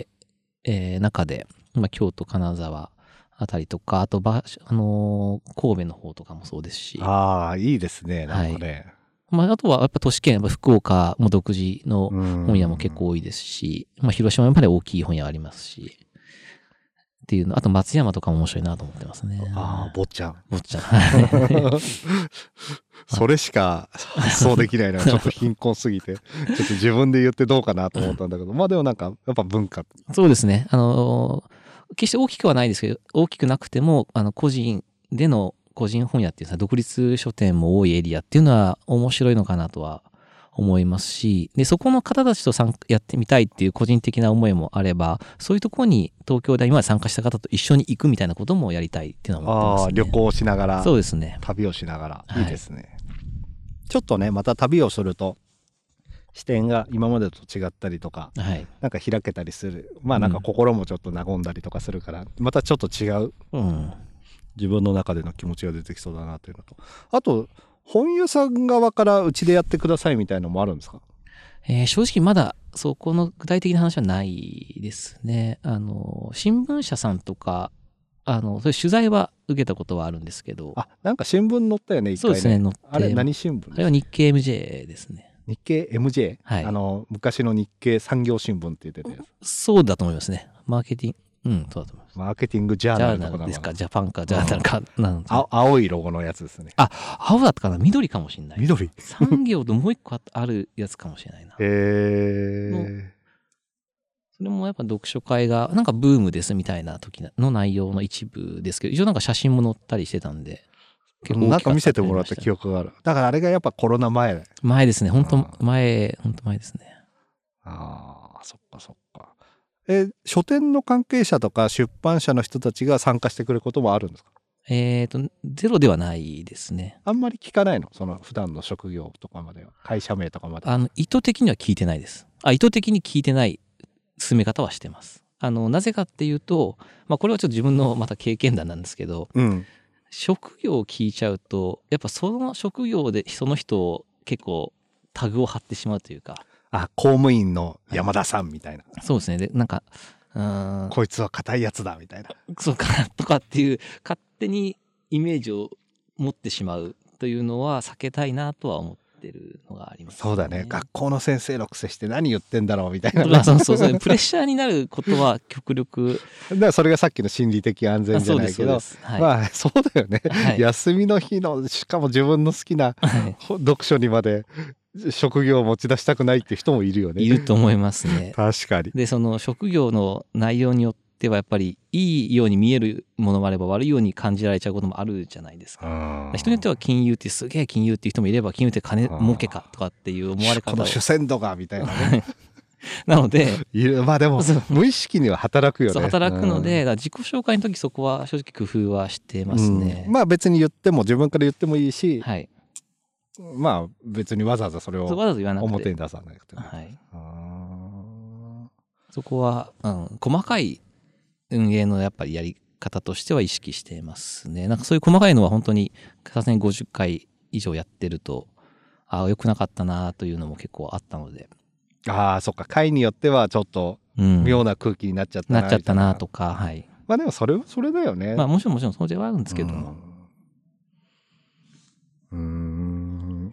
えー中で、まあ、京都、金沢あたりとか、あとば、あのー神戸の方とかもそうですし、 ああ、いいですね。なんかね。 まあ、あとはやっぱ都市圏、やっぱ福岡も独自の本本屋も結構多いですし、まあ、広島もやっぱり大きい本屋ありますし、っていうの、あと松山とかも面白いなと思ってますね。 ああ、坊ちゃん。 坊ちゃん。はいそれしか発想できないのがちょっと貧困すぎて、ちょっと自分で言ってどうかなと思ったんだけど、まあでもなんか、やっぱ文化。 そうですね。あのー決して大きくはないですけど、大きくなくても、あの、個人での個人本屋っていうさ、独立書店も多いエリアっていうのは面白いのかなとは思いますし、で、そこの方たちと参加やってみたいっていう個人的な思いもあれば、そういうところに東京で今まで参加した方と一緒に行くみたいなこともやりたいっていうのは思ってます、ね。 ああ、旅行しながら、 そうですね。 旅をしながら、 はいいいですね。ちょっとね、また旅をすると、視点が今までと違ったりとか、 はい。 なんか開けたりする。まあなんか心もちょっと和んだりとかするから、またちょっと違ううん。 自分の中での気持ちが出てきそうだなというのと、あと、本屋さん側からうちでやってくださいみたいなのもあるんですか？ えー正直まだそこの具体的な話はないですね。あの、新聞社さんとか、あの、そういう取材は受けたことはあるんですけど、 あ、なんか新聞載ったよね、一回ね。 そうですね、載って。 あれ、何新聞あれは日経 エムジェー ですね。 日経 エムジェー？ はいあの、昔の日経産業新聞って言ってたやつ。 そうだと思いますね。マーケティング、うん、そうだと思います。 マーケティングジャージャーナルとかなのナルですか、ジャパンか、ジャーナルか、なんあ青いロゴのやつですね。 あ、青だったかな、緑かもしれない。 緑。 産業ともう一個ああるやつかもしれないな。 へえ。 それもやっぱ読書会が、なんかブームですみたいな時の内容の一部ですけど、一応なんか写真も載ったりしてたんで、結構大きなんか見せてもらったありましたね記憶がある。だからあれがやっぱコロナ前だよ。 前ですね、本当あ前、本当前ですね。 ああ、そっかそっか。え、書店の関係者とか出版社の人たちが参加してくれることもあるんですか？ えっ、と、ゼロではないですね。 あんまり聞かないの？その普段の職業とかまでは。会社名とかまでは。 あの、意図的には聞いてないです。あ、意図的に聞いてない進め方はしてます。あの、なぜかっていうと、まあこれはちょっと自分のまた経験談なんですけど、 うん。 職業を聞いちゃうと、やっぱその職業でその人を結構タグを貼ってしまうというか、 あ、公務員の山田さんみたいな。 そうですね。で、なんか、うーん、 こいつは硬いやつだみたいな。 そうか、とかっていう、勝手にイメージを持ってしまうというのは避けたいなとは思ってるのがあります、ね。 そうだね。学校の先生のくせして何言ってんだろうみたいな。 まあそうそうそう、プレッシャーになることは極力、 だからそれがさっきの心理的安全じゃないけど、 あそうですそうですはいまあそうだよね、 はい休みの日のしかも自分の好きなはい読書にまで職業を持ち出したくないっていう人もいるよね。 いると思いますね。 確かに。 で、その職業の内容によってはやっぱりいいように見えるものもあれば悪いように感じられちゃうこともあるじゃないですか。人によっては金融ってすげえ金融っていう人もいれば、金融って金儲けかとかっていう思われ方を。 この主戦度がみたいなね。 なので、 いるまあでもそう無意識には働くよね。 そう働くので、 うんだから自己紹介の時そこは正直工夫はしてますね。 うんまあ別に言っても自分から言ってもいいし、 はい。 まあ別にわざわざそれをそうわざわざ言わなくて。 表に出さなくても。 はい。 あそこは、うん、細かい運営のやっぱりやり方としては意識してますね。なんかそういう細かいのは本当にさすがにごじゅっかい以上やってると、ああ、良くなかったなというのも結構あったので。 ーあー、そっか。会によってはちょっとうん。 妙な空気になっちゃったななっちゃったなとか。 か、はい。 まあでもそれはそれだよね。 まあもちろんもちろんそうではあるんですけども。 うん。うーん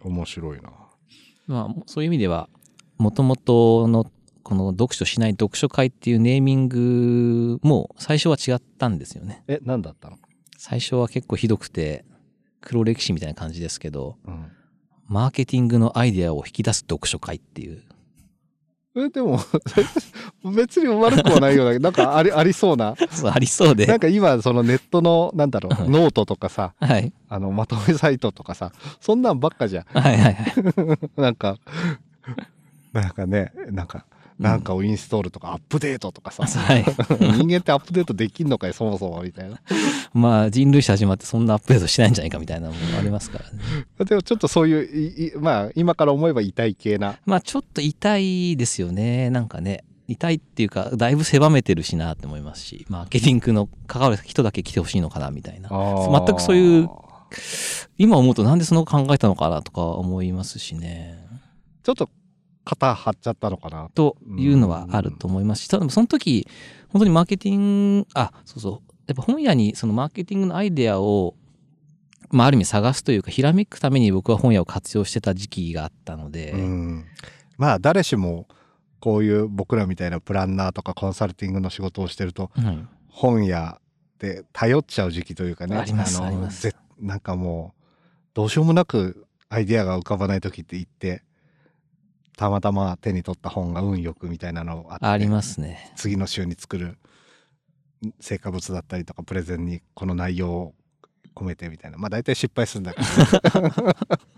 面白いな。 まあ、そういう意味では、もともとのこの読書しない読書会っていうネーミングも最初は違ったんですよね。 え、何だったの？ 最初は結構ひどくて、黒歴史みたいな感じですけど、 うん、 マーケティングのアイデアを引き出す読書会っていう。 え、でも、別に悪くはないような、なんかあり、ありそうな。 そう、ありそうで。 なんか今、そのネットの、なんだろう、ノートとかさ、 はい。 あの、まとめサイトとかさ、そんなんばっかじゃん。 はいはいはい。 なんか、なんかね、なんか、なんかをインストールとかアップデートとかさ、 はい。 人間ってアップデートできんのかい、そもそもみたいな。 まあ人類史始まってそんなアップデートしないんじゃないかみたいなのもありますからね。 でもちょっとそういういい、まあ今から思えば痛い系な。 まあちょっと痛いですよね。なんかね。痛いっていうか、だいぶ狭めてるしなって思いますし、マーケティングの関わる人だけ来てほしいのかなみたいな。全くそういう、今思うとなんでその考えたのかなとか思いますしね。 ちょっと肩張っちゃったのかなというのはあると思いますし、ただその時、本当にマーケティング、あ、そうそう。やっぱ本屋にそのマーケティングのアイデアを、まあある意味探すというか、ひらめくために僕は本屋を活用してた時期があったので。 うん、まあ誰しもこういう僕らみたいなプランナーとかコンサルティングの仕事をしてると、うん、本屋で頼っちゃう時期というかね。 ありますあります。 なんかもう、どうしようもなくアイデアが浮かばない時って言って、たまたま手に取った本が運よくみたいなのがあって、 ありますね。 次の週に作る成果物だったりとかプレゼンにこの内容を込めてみたいな、まあ大体失敗するんだけど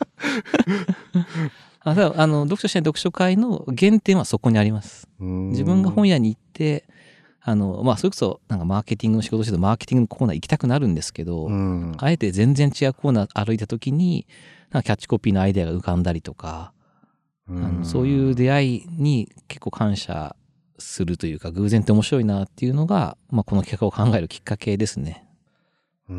あだあの読書しない読書会の原点はそこにあります。自分が本屋に行ってあのまあそれこそなんかマーケティングの仕事してるとマーケティングのコーナー行きたくなるんですけど、あえて全然違うコーナー歩いた時になんかキャッチコピーのアイデアが浮かんだりとか、あのそういう出会いに結構感謝するというか、偶然って面白いなっていうのが、まあ、この企画を考えるきっかけですね。 うん、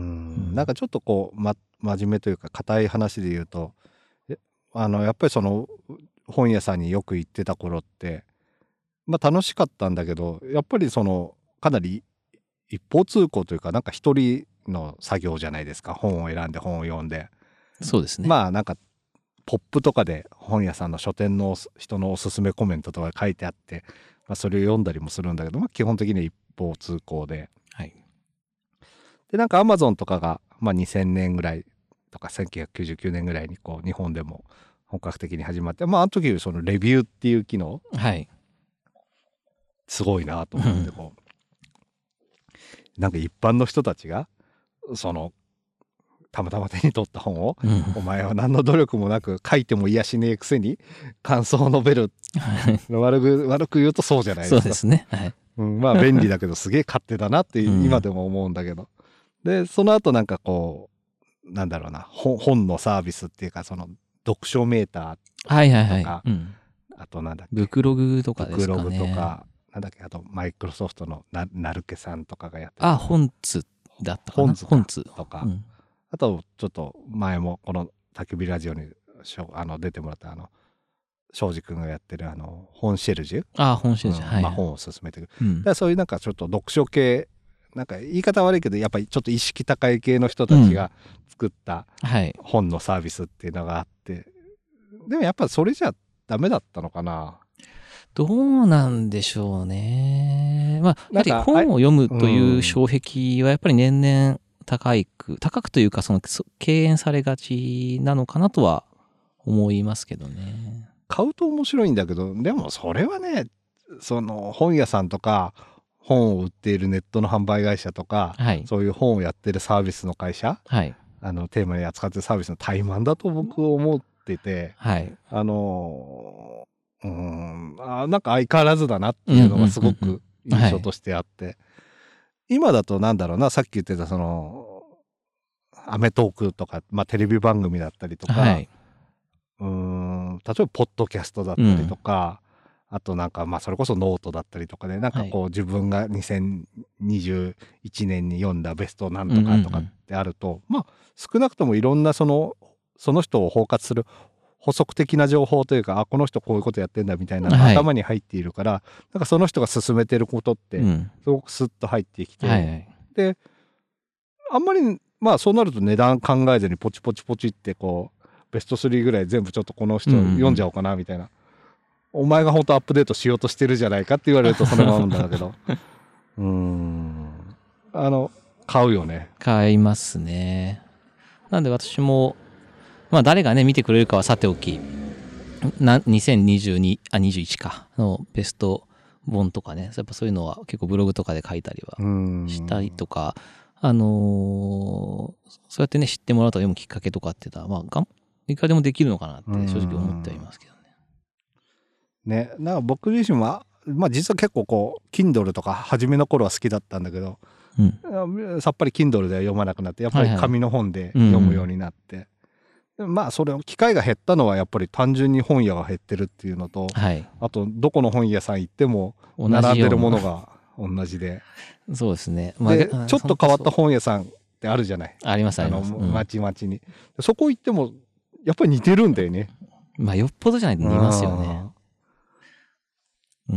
なんかちょっとこう、ま、真面目というか硬い話で言うと、あのやっぱりその本屋さんによく行ってた頃って、まあ、楽しかったんだけど、やっぱりそのかなり一方通行というか、なんか一人の作業じゃないですか。本を選んで本を読んで。 そうですね。 まあなんかポップとかで本屋さんの書店の人のおすすめコメントとか書いてあって、まあ、それを読んだりもするんだけど、まあ、基本的には一方通行で、 はい、 でなんかアマゾンとかが、まあ、にせんねんぐらいとかせんきゅうひゃくきゅうじゅうきゅうねんぐらいにこう日本でも本格的に始まって、まああの時そのレビューっていう機能、 はい、 すごいなと思ってこうなんか一般の人たちがそのたまたま手に取った本を、うん、お前は何の努力もなく書いても癒しねえくせに感想を述べる悪く悪く言うとそうじゃないですか。 そうですね、はいうん、まあ便利だけどすげえ勝手だなって今でも思うんだけど、うん、でその後なんかこうなんだろうな、本のサービスっていうか、その読書メーターとか、 はいはいはい、うん、 あとなんだっけ、 ブクログとかですかね。 ブクログとかなんだっけ、あとマイクロソフトのななるけさんとかがやってる、 あ、本図だったかな、 本図とか、うん、あとちょっと前もこの焚き火ラジオにあの出てもらったあの庄司君がやってるあの本シェルジュ、 あ、本シェルジュ、 うん、 はい、 まあ、本を進めていく、うん、だからそういうなんかちょっと読書系、なんか言い方悪いけどやっぱりちょっと意識高い系の人たちが作った本のサービスっていうのがあって、うん、でもやっぱそれじゃダメだったのかな。 どうなんでしょうね。まあやはり本を読むという障壁はやっぱり年々高いく高くというか、その敬遠されがちなのかなとは思いますけどね。 買うと面白いんだけど、でもそれはね、その本屋さんとか本を売っているネットの販売会社とか、はい、そういう本をやってるサービスの会社、はい、あのテーマに扱ってるサービスの怠慢だと僕は思ってて、はい、あのうーんあなんか相変わらずだなっていうのがすごく印象としてあって、はい、今だとなんだろうな、さっき言ってたそのアメトークとか、まあ、テレビ番組だったりとか、はい、うーん例えばポッドキャストだったりとか、うん、あとなんかまあそれこそノートだったりとかで、なんかこう自分がにせんにじゅういちねんに読んだベストなんとかとかってあると、うんうんうん、まあ少なくともいろんなそのその人を包括する補足的な情報というか、あこの人こういうことやってんだみたいなのが頭に入っているから、はい、なんかその人が進めてることってすごくスッと入ってきて、うんはいはい、であんまりまあそうなると値段考えずにポチポチポチってこうベストスリーぐらい全部ちょっとこの人読んじゃおうかなみたいな、うん、お前が本当アップデートしようとしてるじゃないかって言われるとそのままなんだけどうーんあの買うよね。 買いますね。なんで私もまあ誰がね見てくれるかはさておきなにせんにじゅうにあにじゅういちかのベスト本とかね、やっぱそういうのは結構ブログとかで書いたりはしたりとか、あのー、そうやってね知ってもらうと読むきっかけとかっていうのはまあがんいくらでもできるのかなって正直思ってはいますけどね。 ね、なんか僕自身はまあ実は結構こう Kindle とか初めの頃は好きだったんだけど、うん、さっぱり Kindle では読まなくなってやっぱり紙の本で読むようになって、はいはいまあそれ機会が減ったのはやっぱり単純に本屋が減ってるっていうのと、はい、あとどこの本屋さん行っても並んでるものが同じでそうですね、 まあ、でちょっと変わった本屋さんってあるじゃない。 ありますあります。 まちまちに、うん、そこ行ってもやっぱり似てるんだよね。 まあよっぽどじゃないと似ますよね。うん、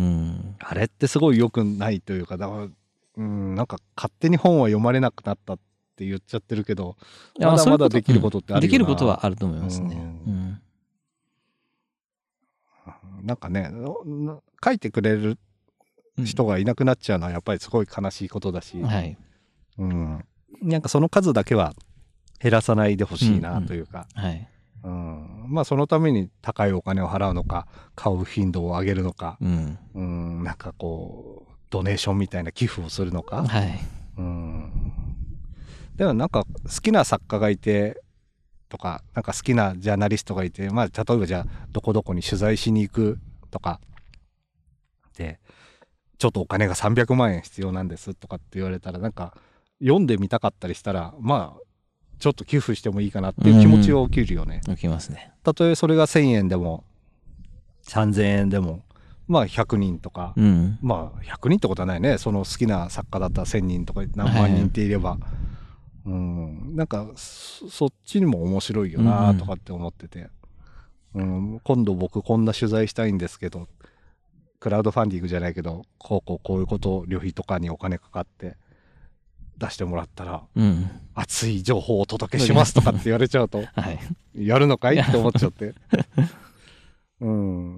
あれってすごい良くないというか、だからうんなんか勝手に本は読まれなくなったって言っちゃってるけど、まだまだできることってあるよな。 できることはあると思いますね。うんうん、なんかね書いてくれる人がいなくなっちゃうのはやっぱりすごい悲しいことだし、はいうん、なんかその数だけは減らさないでほしいなというか、うんうんはいうん、まあそのために高いお金を払うのか買う頻度を上げるのか、うんうん、なんかこうドネーションみたいな寄付をするのか、はいうん、でもなんか好きな作家がいてとかなんか好きなジャーナリストがいて、まあ、例えばじゃあどこどこに取材しに行くとかでちょっとお金がさんびゃくまんえん必要なんですとかって言われたらなんか読んでみたかったりしたらまあちょっと寄付してもいいかなっていう気持ちは起きるよね。 起きますね。 たとえそれがせんえんでもさんぜんえんでもまあひゃくにんとか、うん、まあひゃくにんってことはないね。その好きな作家だったらせんにんとか何万人っていれば、はいうん、なんか そ, そっちにも面白いよなとかって思ってて、うんうん、今度僕こんな取材したいんですけどクラウドファンディングじゃないけどこうこうこういうことを旅費とかにお金かかって出してもらったら、うん、熱い情報をお届けしますとかって言われちゃうと、はい、やるのかいって思っちゃって、うん、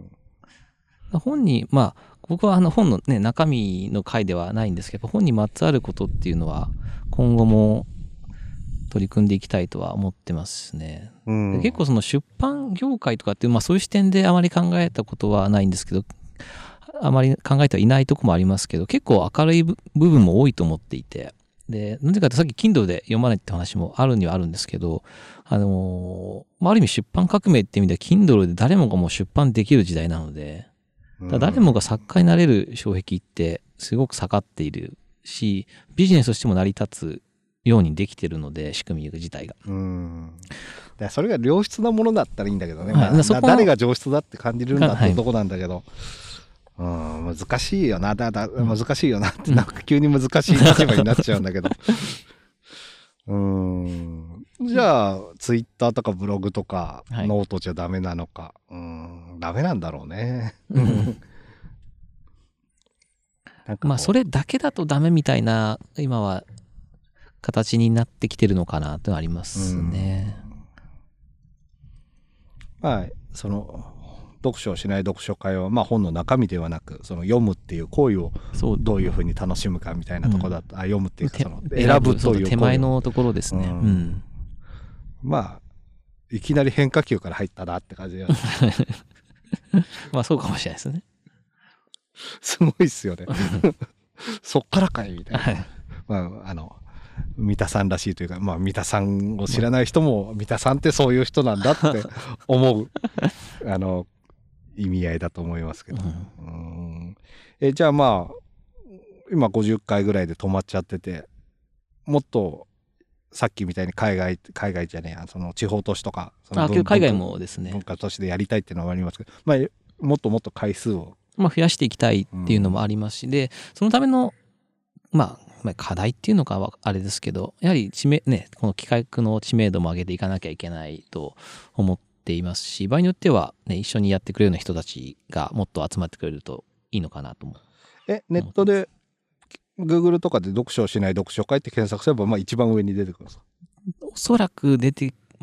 本にまあ僕はあの本のね中身の回ではないんですけど本にまつわることっていうのは今後も取り組んでいきたいとは思ってますね、うん、結構その出版業界とかっていう、まあ、そういう視点であまり考えたことはないんですけどあまり考えてはいないとこもありますけど結構明るい部分も多いと思っていてでなぜかってさっき Kindle で読まないって話もあるにはあるんですけどあのー、ある意味出版革命って意味では Kindle で誰もがもう出版できる時代なのでだ誰もが作家になれる障壁ってすごく下がっているしビジネスとしても成り立つようにできてるので仕組み自体がうんだそれが良質なものだったらいいんだけどね、はいまあ、そこ誰が上質だって感じるんだってとこなんだけど、はい、うん難しいよなだだ難しいよなってなんか急に難しい立場になっちゃうんだけどうんじゃあツイッターとかブログとかノートじゃダメなのか、はい、うんダメなんだろうねなんかまあそれだけだとダメみたいな今は形になってきてるのかなとありますね。 まあその読書をしない読書会は、まあ、本の中身ではなくその読むっていう行為をどういうふうに楽しむかみたいなところだと、うん、あ読むっていうかその選ぶという手前のところですね、うんうん、 まあいきなり変化球から入ったなって感じだまあそうかもしれないですね。 すごいっすよねそっからかいみたいな、はい、まああの三田さんらしいというか、まあ、三田さんを知らない人も三田さんってそういう人なんだって思うあの意味合いだと思いますけど、うん、うんえじゃあまあ今ごじゅっかいぐらいで止まっちゃっててもっとさっきみたいに海外海外じゃねえやその地方都市とかそのあ海外もですね文化都市でやりたいっていうのはありますけど、まあ、もっともっと回数を、 まあ、増やしていきたいっていうのもありますし、うん、でそのためのまあ課題っていうのかはあれですけどやはり知名、ね、この企画の知名度も上げていかなきゃいけないと思っていますし場合によっては、ね、一緒にやってくれるような人たちがもっと集まってくれるといいのかなと思う。 えネットで Google とかで読書をしない読書会って検索すればまあ一番上に出てくるんですか？ おそらく出て、まあ、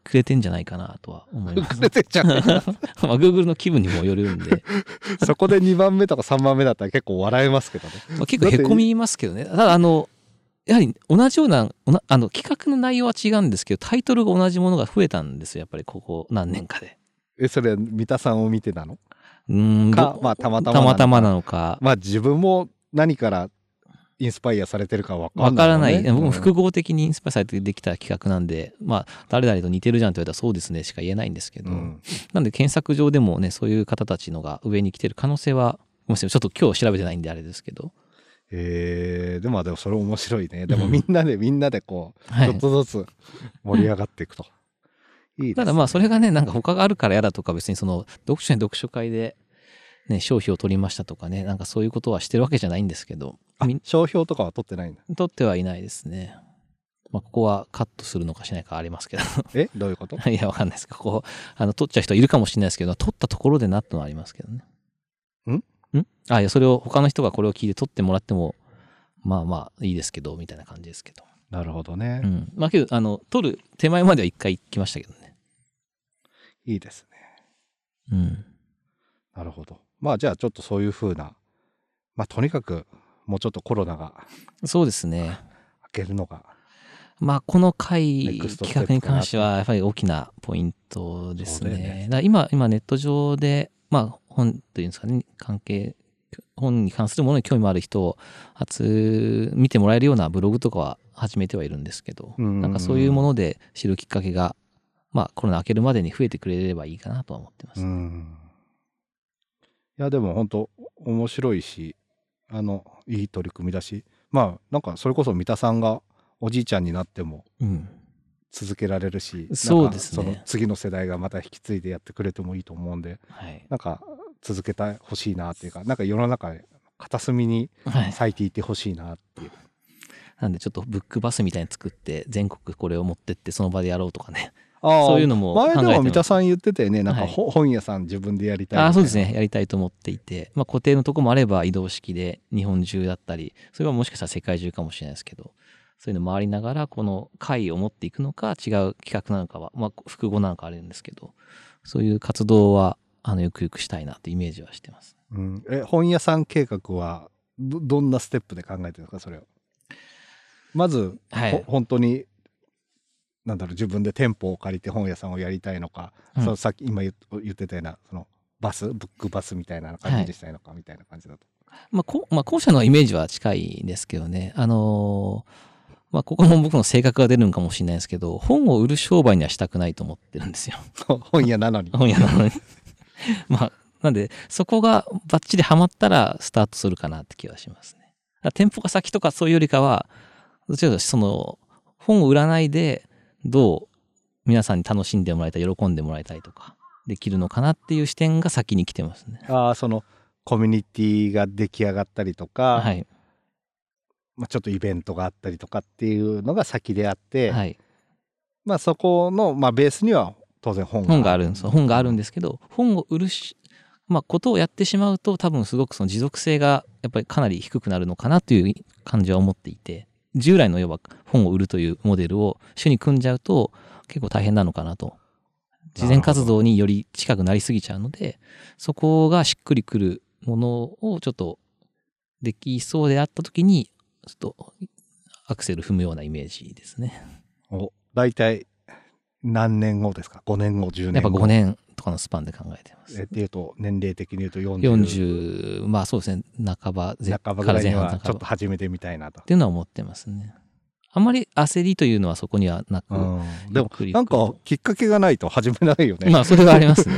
くれてんじゃないかなとは思います。 くれてんじゃないかな。 まあ Google の気分にもよるんでそこでにばんめとかさんばんめだったら結構笑えますけどね。 まあ結構へこみますけどね。ただあのやはり同じようなあの企画の内容は違うんですけど、タイトルが同じものが増えたんですよ、やっぱりここ何年かで。 え、それ三田さんを見てなの？ うーんか、まあたまたまたまたまなのか。 まあ自分も何からインスパイアされてるかわかんない、ね。 わからない。僕もうん複合的にインスパイアされてできた企画なんで、まあ誰々と似てるじゃんって言われたらそうですねしか言えないんですけど、 うん、 なんで検索上でもね、そういう方たちのが上に来てる可能性は、ごめんなさい、ちょっと今日調べてないんであれですけど。 えー、でもでもそれ面白いね。でもみんなでみんなでこう、 はいちょっとずつ盛り上がっていくと。いいですね。 ただまあそれがね、なんか他があるから嫌だとか、別にその読書に読書会でね、商標を取りましたとかね、なんかそういうことはしてるわけじゃないんですけど、 あみ商標とかは取ってないんだ。 取ってはいないですね。まあここはカットするのかしないかありますけど。 えどういうこと？ いや、わかんないですけど、ここ、あの、取っちゃう人いるかもしれないですけど、取ったところでなってのはありますけどね。 んんあ、いや、それを他の人がこれを聞いて取ってもらっても、まあまあいいですけど、みたいな感じですけど。 なるほどね。 うん。まあけど、あの、取る手前までは一回行きましたけどね。 いいですね。 うん。 なるほど。まあじゃあちょっとそういう風な、まあとにかくもうちょっとコロナがそうですね。 明けるのが。 まあこの回、 ネクストステ企画にップかな関してはやっぱり大きなポイントですそうだよねね。だから今、今ネット上で、まあ本というんですかね、関係、本に関するものに興味もある人を初見てもらえるようなブログとかは始めてはいるんですけど、 うんなんかそういうもので知るきっかけが、まあコロナ明けるまでに増えてくれればいいかなとは思ってます。 うん。いやでも本当面白いし、あのいい取り組みだし、まあなんかそれこそ三田さんがおじいちゃんになってもうん。 続けられるし、 そうですねなんかその次の世代がまた引き継いでやってくれてもいいと思うんで、 はい。 なんか続けてほしいなっていうか、なんか世の中で片隅にはい。 咲いていてほしいなっていう。 なんでちょっとブックバスみたいに作って全国これを持ってってその場でやろうとかね。 ああそういうのも考えてます前でも三田さん言ってたよね、なんかはいほ本屋さん自分でやりたいみたいな。 ああ、そうですね。やりたいと思っていて、まあ固定のとこもあれば移動式で日本中だったり、それはもしかしたら世界中かもしれないですけど、そういうの回りながらこの会を持っていくのか違う企画なのかは、まあ複合なのかあるんですけど、そういう活動はあのよくよくしたいなってイメージはしてます。 うん、え本屋さん計画は ど, どんなステップで考えてるんですか、それを。まず、 はいほ本当になんだろう、自分で店舗を借りて本屋さんをやりたいのか、 うんそのさっき今言言ってたようなそのバスブックバスみたいな感じにしたいのかみたいな感じだと。 まあ、こまあ、後者のイメージは近いんですけどね。あのーまあ、ここも僕の性格が出るのかもしれないですけど、本を売る商売にはしたくないと思ってるんですよ。 本屋なのに。 本屋なのに。まあ、なんで、そこがバッチリハマったらスタートするかなって気はしますね。だから店舗が先とかそういうよりかは、どちらかというとその、本を売らないで、どう皆さんに楽しんでもらいたい、喜んでもらいたいとか、できるのかなっていう視点が先に来てますね。 ああ、そのコミュニティが出来上がったりとか、 はい。 まあ、ちょっとイベントがあったりとかっていうのが先であって、 はい。 まあそこの、まあ、ベースには当然本が本があるんですよ。本があるんですけど、本を売るし、まあ、ことをやってしまうと、多分すごくその持続性がやっぱりかなり低くなるのかなという感じは思っていて、従来の要は本を売るというモデルを主に組んじゃうと結構大変なのかなと。慈善活動により近くなりすぎちゃうので、そこがしっくりくるものをちょっとできそうであったときに、ちょっとアクセル踏むようなイメージですね。 お大体何年後ですか？ごねんご、じゅうねんご。 やっぱごねんとかのスパンで考えてます。 えっていうと年齢的に言うとよんじゅう。 よんじゅう、まあそうですね、半ば、 半ばぐらいにはちょっとっ始めてみたいなと。 ていうのは思ってますね。あんまり焦りというのはそこにはなく、 うん、でもゆっくりなんかきっかけがないと始めないよね。 まあそれはありますね。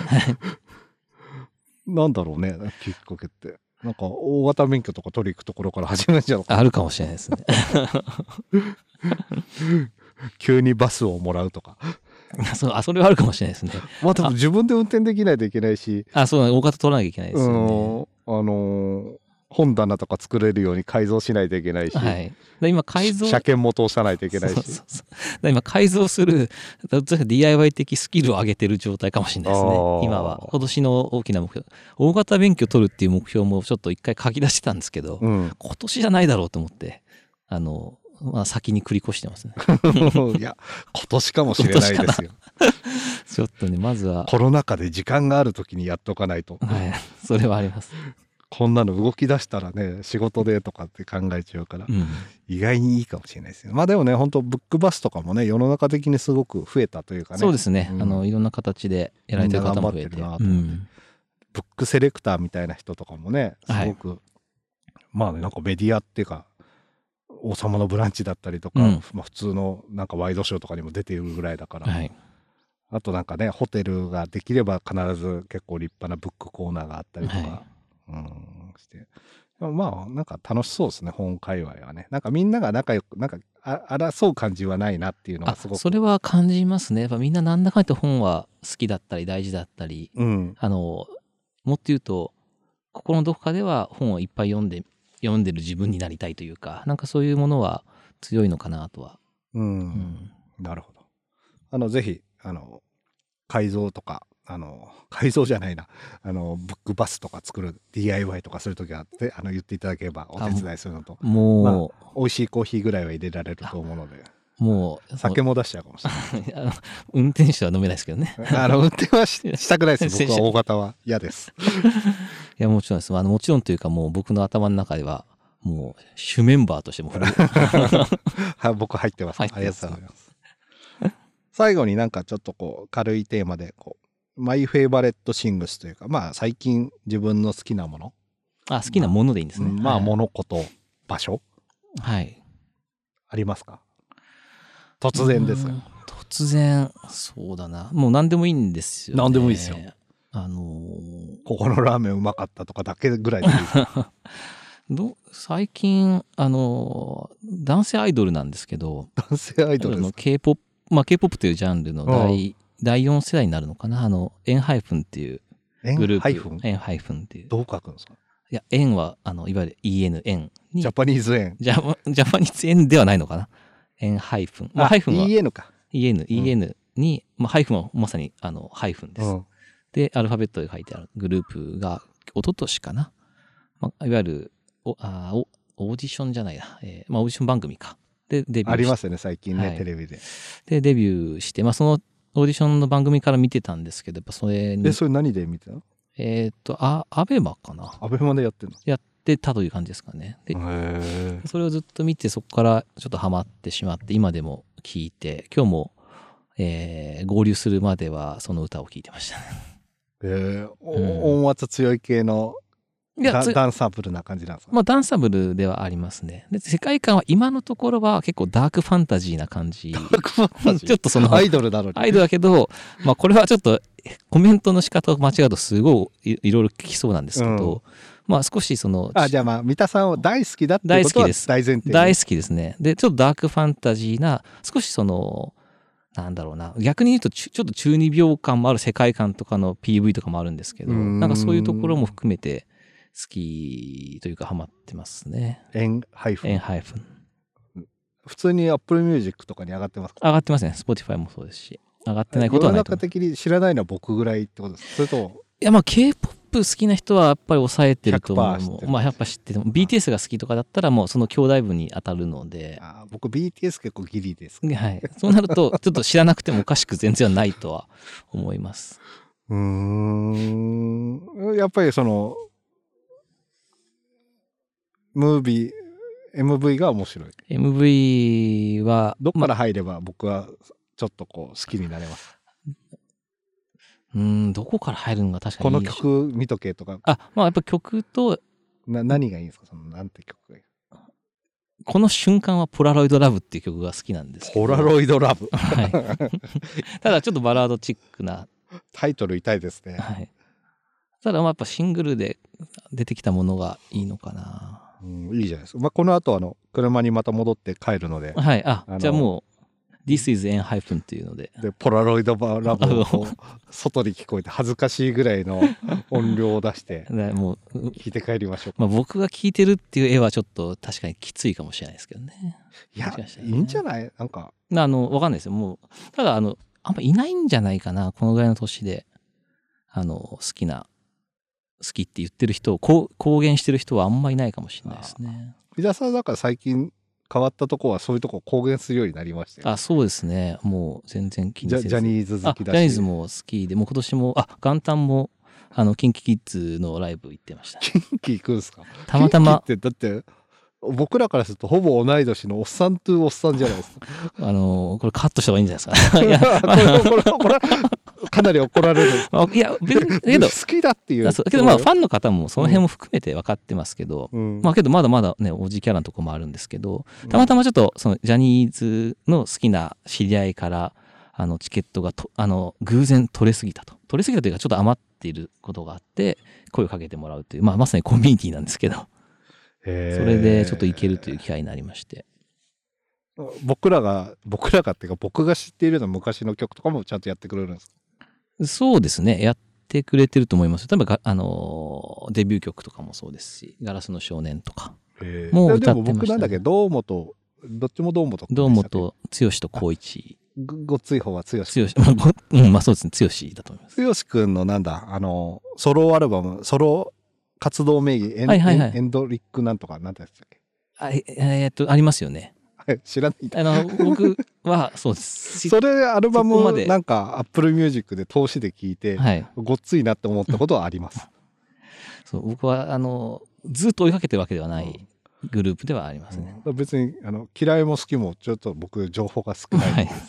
なんだろうね、きっかけって。なんか大型免許とか取り行くところから始めるんじゃなかあるかもしれないですね。 急にバスをもらうとか。 そうあそれはあるかもしれないですね。 まあでも自分で運転できないといけないし、 あ、そう大型取らなきゃいけないですよね。 うんあのー本棚とか作れるように改造しないといけないし、 はい。で今改造車検も通さないといけないし。 そうそうそうで今改造する ディーアイワイ 的スキルを上げてる状態かもしれないですねあー。 今は今年の大きな目標、大型免許取るっていう目標もちょっと一回書き出してたんですけど、 うん、 今年じゃないだろうと思ってあの、まあ、先に繰り越してますね。 いや今年かもしれないですよ。 ちょっとね、まずは。 コロナ禍で時間がある時にやっとかないと。 はい。それはあります。 こんなの動き出したらね、仕事でとかって考えちゃうから、 うん、 意外にいいかもしれないですよ。まあでもね、本当ブックバスとかもね、世の中的にすごく増えたというかね。 そうですね。 うん、 あの、いろんな形でやられてる方も増えて。 みんな頑張ってるなと思って、うん、ブックセレクターみたいな人とかもね、すごく、はい、まあね、なんかメディアっていうか、王様のブランチだったりとか、うん、まあ普通のなんかワイドショーとかにも出ているぐらいだから、はい、あとなんかね、ホテルができれば必ず結構立派なブックコーナーがあったりとか、はい、うんしてまあなんか楽しそうですね、本界隈はね。なんかみんなが仲良くなんか争う感じはないなっていうのがすごく。 それは感じますね。やっぱみんななんだかんだ本は好きだったり大事だったり、うん、あのもっと言うと心のどこかでは本をいっぱい読んで読んでる自分になりたいというか、なんかそういうものは強いのかなとは。 うん、うん、なるほど。あのぜひあの改造とか。あの改造じゃないなあのブックバスとか作る ディーアイワイ とかするときはってあの言っていただければお手伝いするのともう、まあ、美味しいコーヒーぐらいは入れられると思うのでもう酒も出しちゃうかもしれない運転手は飲めないですけどねあの運転は し, したくないです僕は大型は嫌ですいやもちろんですあのもちろんというかもう僕の頭の中ではもう主メンバーとしてもはい僕入ってます。ありがとうございます最後になんかちょっとこう軽いテーマでこうマイフェイバレットシングスというか、まあ最近自分の好きなもの。 あ、好きなものでいいんですね。 まあ、まあ、物事、場所。 はい。 ありますか？突然ですが。 突然、そうだな。もう何でもいいんですよね。 何でもいいですよ。 あのー、 ここのラーメンうまかったとかだけぐらいでいいど最近、あのー、男性アイドルなんですけど。 男性アイドルですか？ K-ポップ、まあ K-ポップというジャンルの大、だいよん世代になるのかなあの、エンハイフンっていうグループ。エンハイフンっていう。 どう書くんですか？ いや、円は、あの、いわゆる イーエヌ、円に。 ジャパニーズ円。 ジャジャパニーズ円ではないのかな。円ハイフン。まあ、ハイフンは。 イーエヌ か。 イーエヌ、イーエヌ に、まあ、ハイフンはまさに、あの、ハイフンです。うん、で、アルファベットで書いてあるグループが、一昨年かな。まあ、いわゆる、おあおオーディションじゃないな。えー、まあ、オーディション番組か。で、デビューして。 ありますよね、最近ね、 はい、 テレビで。 で、デビューして、まあ、その、オーディションの番組から見てたんですけど、やっぱそれに。 え、それ何で見てたの？ えっと、あ、アベマかな。 アベマでやってるの？ やってたという感じですかね。で、 へそれをずっと見て、そこからちょっとハマってしまって、今でも聞いて、今日も、えー、合流するまではその歌を聴いてましたね。 えー、うん、音圧強い系のいやダンサブルな感じなんですか？ まあダンサブルではありますね。で世界観は今のところは結構ダークファンタジーな感じ。 ダークファンタジーちょっとそのアイドルだろうアイドルだけど、まあこれはちょっとコメントの仕方を間違うとすごい い, いろいろ聞きそうなんですけど、うん、まあ少しそのあじゃあまあ三田さんを大好きだっていうことは大前提。 大好きですね。でちょっとダークファンタジーな少しそのなんだろうな逆に言うとちょっと中二病感もある世界観とかの ピーブイ とかもあるんですけど、んなんかそういうところも含めて好きというかハマってますね。 エンハイフン。 エンハイフン。 普通に Apple Music とかに上がってますか？ 上がってますね。Spotify もそうですし。上がってないことはないと思う。 世の中的に知らないのは僕ぐらいってことですか？それといやまあ K-ポップ 好きな人はやっぱり抑えてると思う。まあやっぱ知ってても ビーティーエス が好きとかだったらもうその兄弟分に当たるので。 あ僕 ビーティーエス 結構ギリです、 ね。はい。そうなるとちょっと知らなくてもおかしく全然ないとは思います。 うーん。やっぱりそのムービー エムブイ が面白い。 エムブイ はどっから入れば僕はちょっとこう好きになれます。 うん、どこから入るのが確かにいいでしょ。 この曲見とけとか。 あ、まあやっぱ曲とな何がいいんですか？そのなんて曲がいい？ この瞬間はポラロイドラブっていう曲が好きなんですけど。 ポラロイドラブ。 はい。ただちょっとバラードチックなタイトル痛いですね。 はい。ただまあやっぱシングルで出てきたものがいいのかな。 うん、いいじゃないですか。まあ、この後あの車にまた戻って帰るので。 はい。あ、あじゃあもう This is N ハイフンっていうので。 でポラロイドラブを外に聞こえて恥ずかしいぐらいの音量を出してもう聞いて帰りましょうか。 まあ僕が聞いてるっていう絵はちょっと確かにきついかもしれないですけどね。 いや、ね、いいんじゃない？なんかあのわかんないですよ。もうただあのあんまいないんじゃないかなこのぐらいの年であの好きな。好きって言ってる人を公言してる人はあんまいないかもしれないですね。 三田さんだから最近変わったとこはそういうとこ公言するようになりましたよ。 あ、そうですね。もう全然気にせず。 ジャジャニーズ好きだし。 ジャニーズも好きで、もう今年も、あ、元旦も、あの、キンキキッズのライブ行ってました。 キンキ行くんすか？ たまたま。 キンキってだって、僕らからするとほぼ同い年のおっさんとおっさんじゃないですか。 あの、これカットした方がいいんじゃないですか。いや、 これ、これ、これ、かなり怒られる。 いや、別に、けど、 好きだっていう。 けどまあ、ファンの方もその辺も含めて分かってますけど、 うん、 まあけどまだまだね、おじキャラのとこもあるんですけど、たまたまちょっと、その、ジャニーズの好きな知り合いから、あの、チケットがと、あの、偶然取れすぎたと。取れすぎたというか、ちょっと余っていることがあって、声をかけてもらうという、まあ、まさにコミュニティなんですけど、それでちょっと行けるという機会になりまして。 僕らが、僕らがっていうか僕が知っているような昔の曲とかもちゃんとやってくれるんですか？ そうですね。やってくれてると思います。例えば、あのー、デビュー曲とかもそうですし、ガラスの少年とかもう歌ってましたね。でも僕なんだけど、堂本、どっちも堂本。 堂本、剛と光一。 ごっつい方は剛。 剛。まあ、うん、まあそうですね。剛だと思います。 剛くんのなんだ、あの、ソロアルバム、ソロ、活動名義エン、はいはいはい、エンドリックなんとかなんてやつだっけ？ あええー、っとありますよね。 知らないんだ。 あの僕はそうです。 それアルバムなんかアップルミュージックで通しで聞いて、 はい、 ごっついなって思ったことはあります。 そう僕はあのずっと追いかけてるわけではないグループではありますね。 うん、別にあの嫌いも好きもちょっと僕情報が少ないです。はい、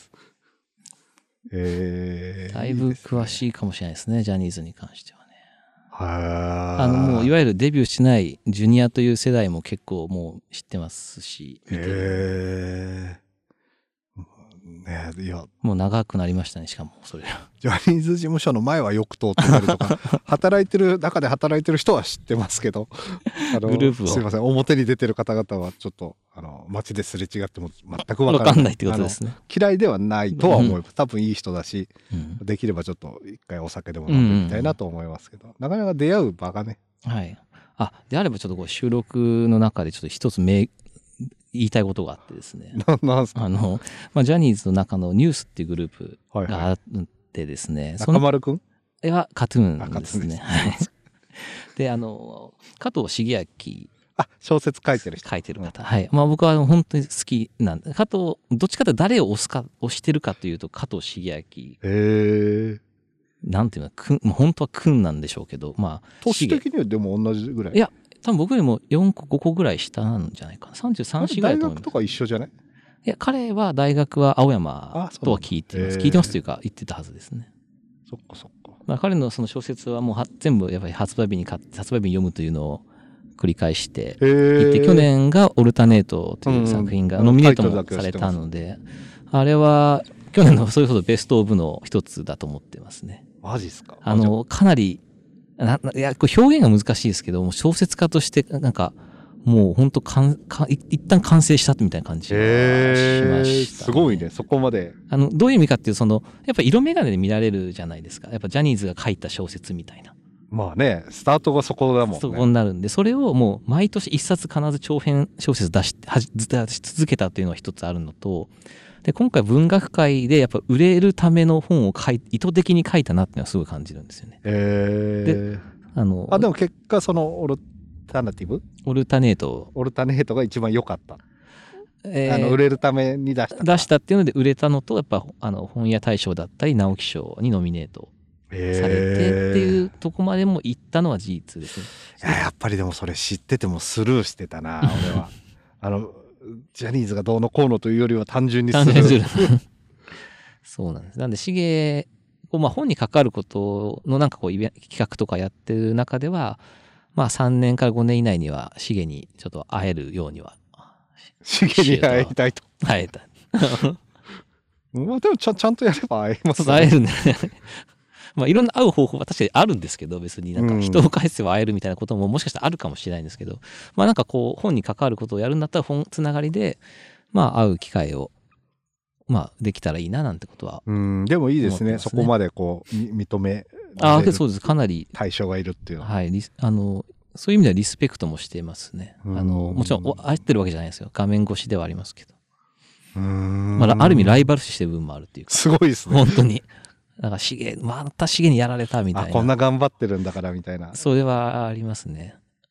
えー、 だいぶ詳しいかもしれないですね、ジャニーズに関しては。 あのもういわゆるデビューしないジュニアという世代も結構もう知ってますし、見てる。 へー。ね、いやもう長くなりましたね。しかもそれジャニーズ事務所の前はよく通ってたりとか働いてる中で働いてる人は知ってますけどあのグループをすいません、表に出てる方々はちょっとあの街ですれ違っても全く分からない、分かんないってことですね。 嫌いではないとは思います、うん、多分いい人だし、うん、できればちょっと一回お酒でも飲んでみたいなと思いますけど、うんうん、なかなか出会う場がね。 はい。あ、であればちょっとこう収録の中でちょっと一つ名言いたいことがあってですね。 なんすか？ あの、まあ、ジャニーズの中のニュースっていうグループがあってですね。はいはい、 中丸くん？ えはカトゥーンですね。はい。で、あの、加藤茂明。 あ、小説書いてる人。 書いてる方。うん、はい。まあ僕は本当に好きなんで、加藤、どっちかというと誰を推すか、推してるかというと加藤茂明。 へー。 なんていうの、くん、本当はくんなんでしょうけど、まあ。 年的にはでも同じぐらい。 いや、多分僕よりもよんこごこぐらい下なんじゃないかな。さんじゅうさん、よんぐらいだと思います。 大学とか一緒じゃない？ いや、彼は大学は青山とは聞いてます。聞いてますというか言ってたはずですね。 そっかそっか。 まあ彼のその小説はもうは全部やっぱり発売日に買って、発売日に読むというのを繰り返していて、去年がオルタネートという作品がノミネートもされたので、あれは去年のそれこそベストオブの一つだと思ってますね。 マジっすか？ あの、かなり、ないや、これ表現が難しいですけども、小説家としてなんかもう本当かんか一旦完成したみたいな感じがしました、ね。 すごいね、そこまで。 あのどういう意味かっていう、そのやっぱ色眼鏡で見られるじゃないですか。やっぱジャニーズが書いた小説みたいな。 まあね、スタートがそこだもんね。 そこになるんで、それをもう毎年一冊必ず長編小説出してはじずっとし続けたっていうのが一つあるのと。で今回文学界でやっぱ売れるための本を書い意図的に書いたなっていうのはすごい感じるんですよね。 へー。 であのあでも結果そのオルタナティブオルタネートオルタネートが一番良かった、 えー、 あの売れるために出した出したっていうので売れたのと、やっぱあの本屋大賞だったり直木賞にノミネートされてっていうとこまでも行ったのは事実ですね。 いややっぱりでもそれ知っててもスルーしてたな俺は。あのジャニーズがどうのこうのというよりは単純にスルー。 そうなんです。なんでシゲこう、まあ、本に関わることのなんかこうイベント企画とかやってる中では、まあ、さんねんからごねん以内にはシゲにちょっと会えるようにはシゲに会いたいと。 会えた。 まあでもちゃちゃんとやれば会えますね。会えるね。まあいろんな会う方法は確かにあるんですけど、別になんか人を返せば会えるみたいなことももしかしたらあるかもしれないんですけど、まあなんかこう本に関わることをやるんだったら本つながりでまあ会う機会をまあできたらいいななんてことは、 うん、でもいいですね。そこまでこう認めああそうです、かなり対象がいるっていうのは、 はい、あのそういう意味ではリスペクトもしてますね。あのもちろん会ってるわけじゃないですよ、画面越しではありますけど、 うーん、 まあ、ある意味ライバル視してる部分もあるっていうか、 すごいですね本当に。なんかシゲまたシゲにやられたみたいな、 あこんな頑張ってるんだからみたいな、 それはありますね。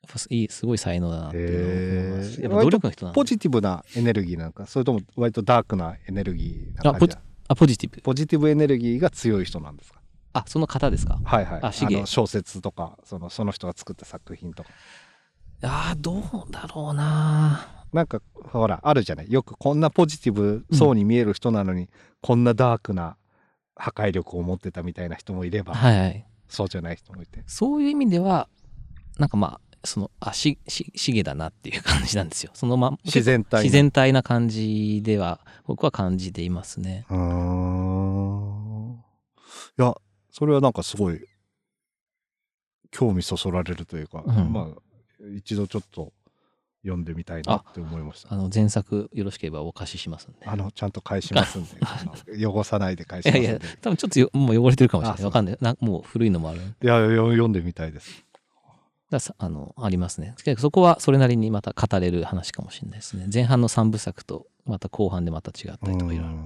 いいすごい才能だなっていうのを思います。 へーやっぱ努力の人なんで。 ポジティブなエネルギーなのか、それとも割とダークなエネルギーなあポジ感じだ。 あポジティブ。 ポジティブエネルギーが強い人なんですか？ あその方ですか？ はいはい。 あシゲの小説とかそのその人が作った作品とか。 あどうだろうな。 なんかほらあるじゃない。よくこんなポジティブそうに見える人なのに、うん、こんなダークな破壊力を持ってたみたいな人もいれば、 はいはい、 そうじゃない人もいて。 そういう意味ではなんかまあそのあしししげだなっていう感じなんですよ。そのま自然体自然体な感じでは僕は感じていますね。 うーん。いやそれはなんかすごい興味そそられるというか、うん、まあ一度ちょっと読んでみたいなって思いました。 あの前作よろしければお貸ししますんで。 あのちゃんと返しますんで汚さないで返しますんで。 いやいや多分ちょっとよもう汚れてるかもしれない。わかんないな。もう古いのもある。 いや読んでみたいです。 だあのありますね。そこはそれなりにまた語れる話かもしれないですね。前半のさんぶさくとまた後半でまた違ったりとかいろいろ。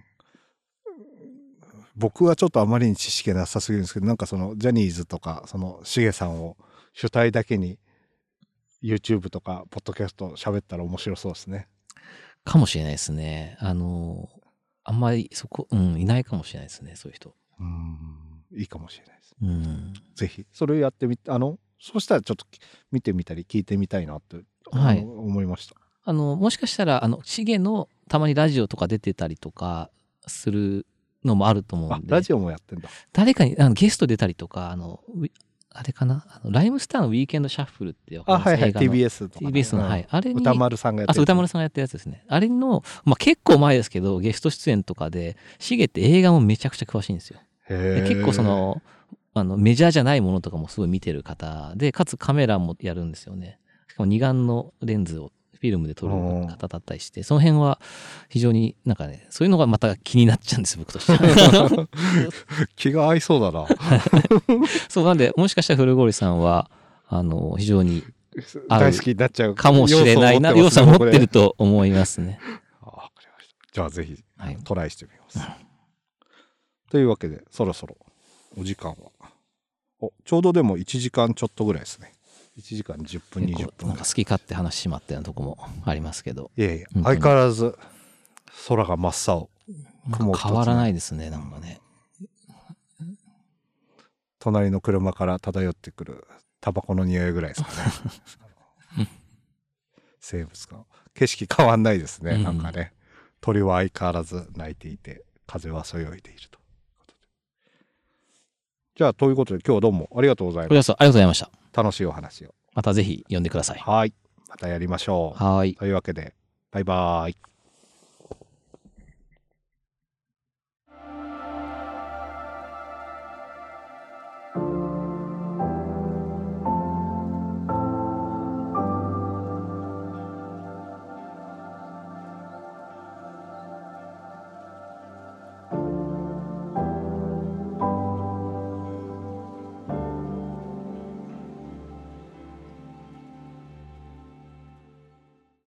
僕はちょっとあまりに知識がなさすぎるんですけど、なんかそのジャニーズとかそのしげさんを主体だけに YouTube とかポッドキャスト喋ったら面白そうですね。 かもしれないですね。あのあんまりそこ、うん、いないかもしれないですね、そういう人。 うんいいかもしれないです。 うん、 ぜひそれやってみて、あのそうしたらちょっと見てみたり聞いてみたいなって、 はい、 思いました。 あのもしかしたらあのしげのたまにラジオとか出てたりとかするのもあると思うんで。 ラジオもやってんだ。 誰かにあのゲスト出たりとか、あのあれかなあのライムスターのウィーケンドシャッフルってわかります？ あ、はいはい、 映画のティービーエス とか、ね、 ティービーエス の、はい、あれに歌丸さんがやってる、 あ、そう歌丸さんがやってるやつですね。あれの、まあ、結構前ですけどゲスト出演とかでしげって映画もめちゃくちゃ詳しいんですよ。で結構そのあのメジャーじゃないものとかもすごい見てる方で、かつカメラもやるんですよね。しかも二眼のレンズをフィルムで撮る方だったりして、その辺は非常になんかね、そういうのがまた気になっちゃうんです僕としては。 気が合いそうだな。 そうなんで、もしかしたら古堀さんはあの非常に大好きになっちゃうかもしれないな、要素を持ってると思いますね。 あ、わかりました。じゃあぜひ、 はい、 トライしてみます。というわけでそろそろお時間はおちょうどでもいちじかんちょっとぐらいですね。いちじかんじゅっぷんにじゅっぷん。 なんか好き勝手話しまったようなとこもありますけど。 いやいや相変わらず空が真っ青。 雲変わらないですね、なんかね。 隣の車から漂ってくるタバコの匂いぐらいですかね。生物が景色変わんないですね、うん、なんかね。鳥は相変わらず鳴いていて風はそよいでいると。じゃあということで今日はどうもありがとうございました。 ありがとうございました。 楽しいお話をまたぜひ読んでください。 はい、またやりましょう。 はい。 というわけでバイバーイ。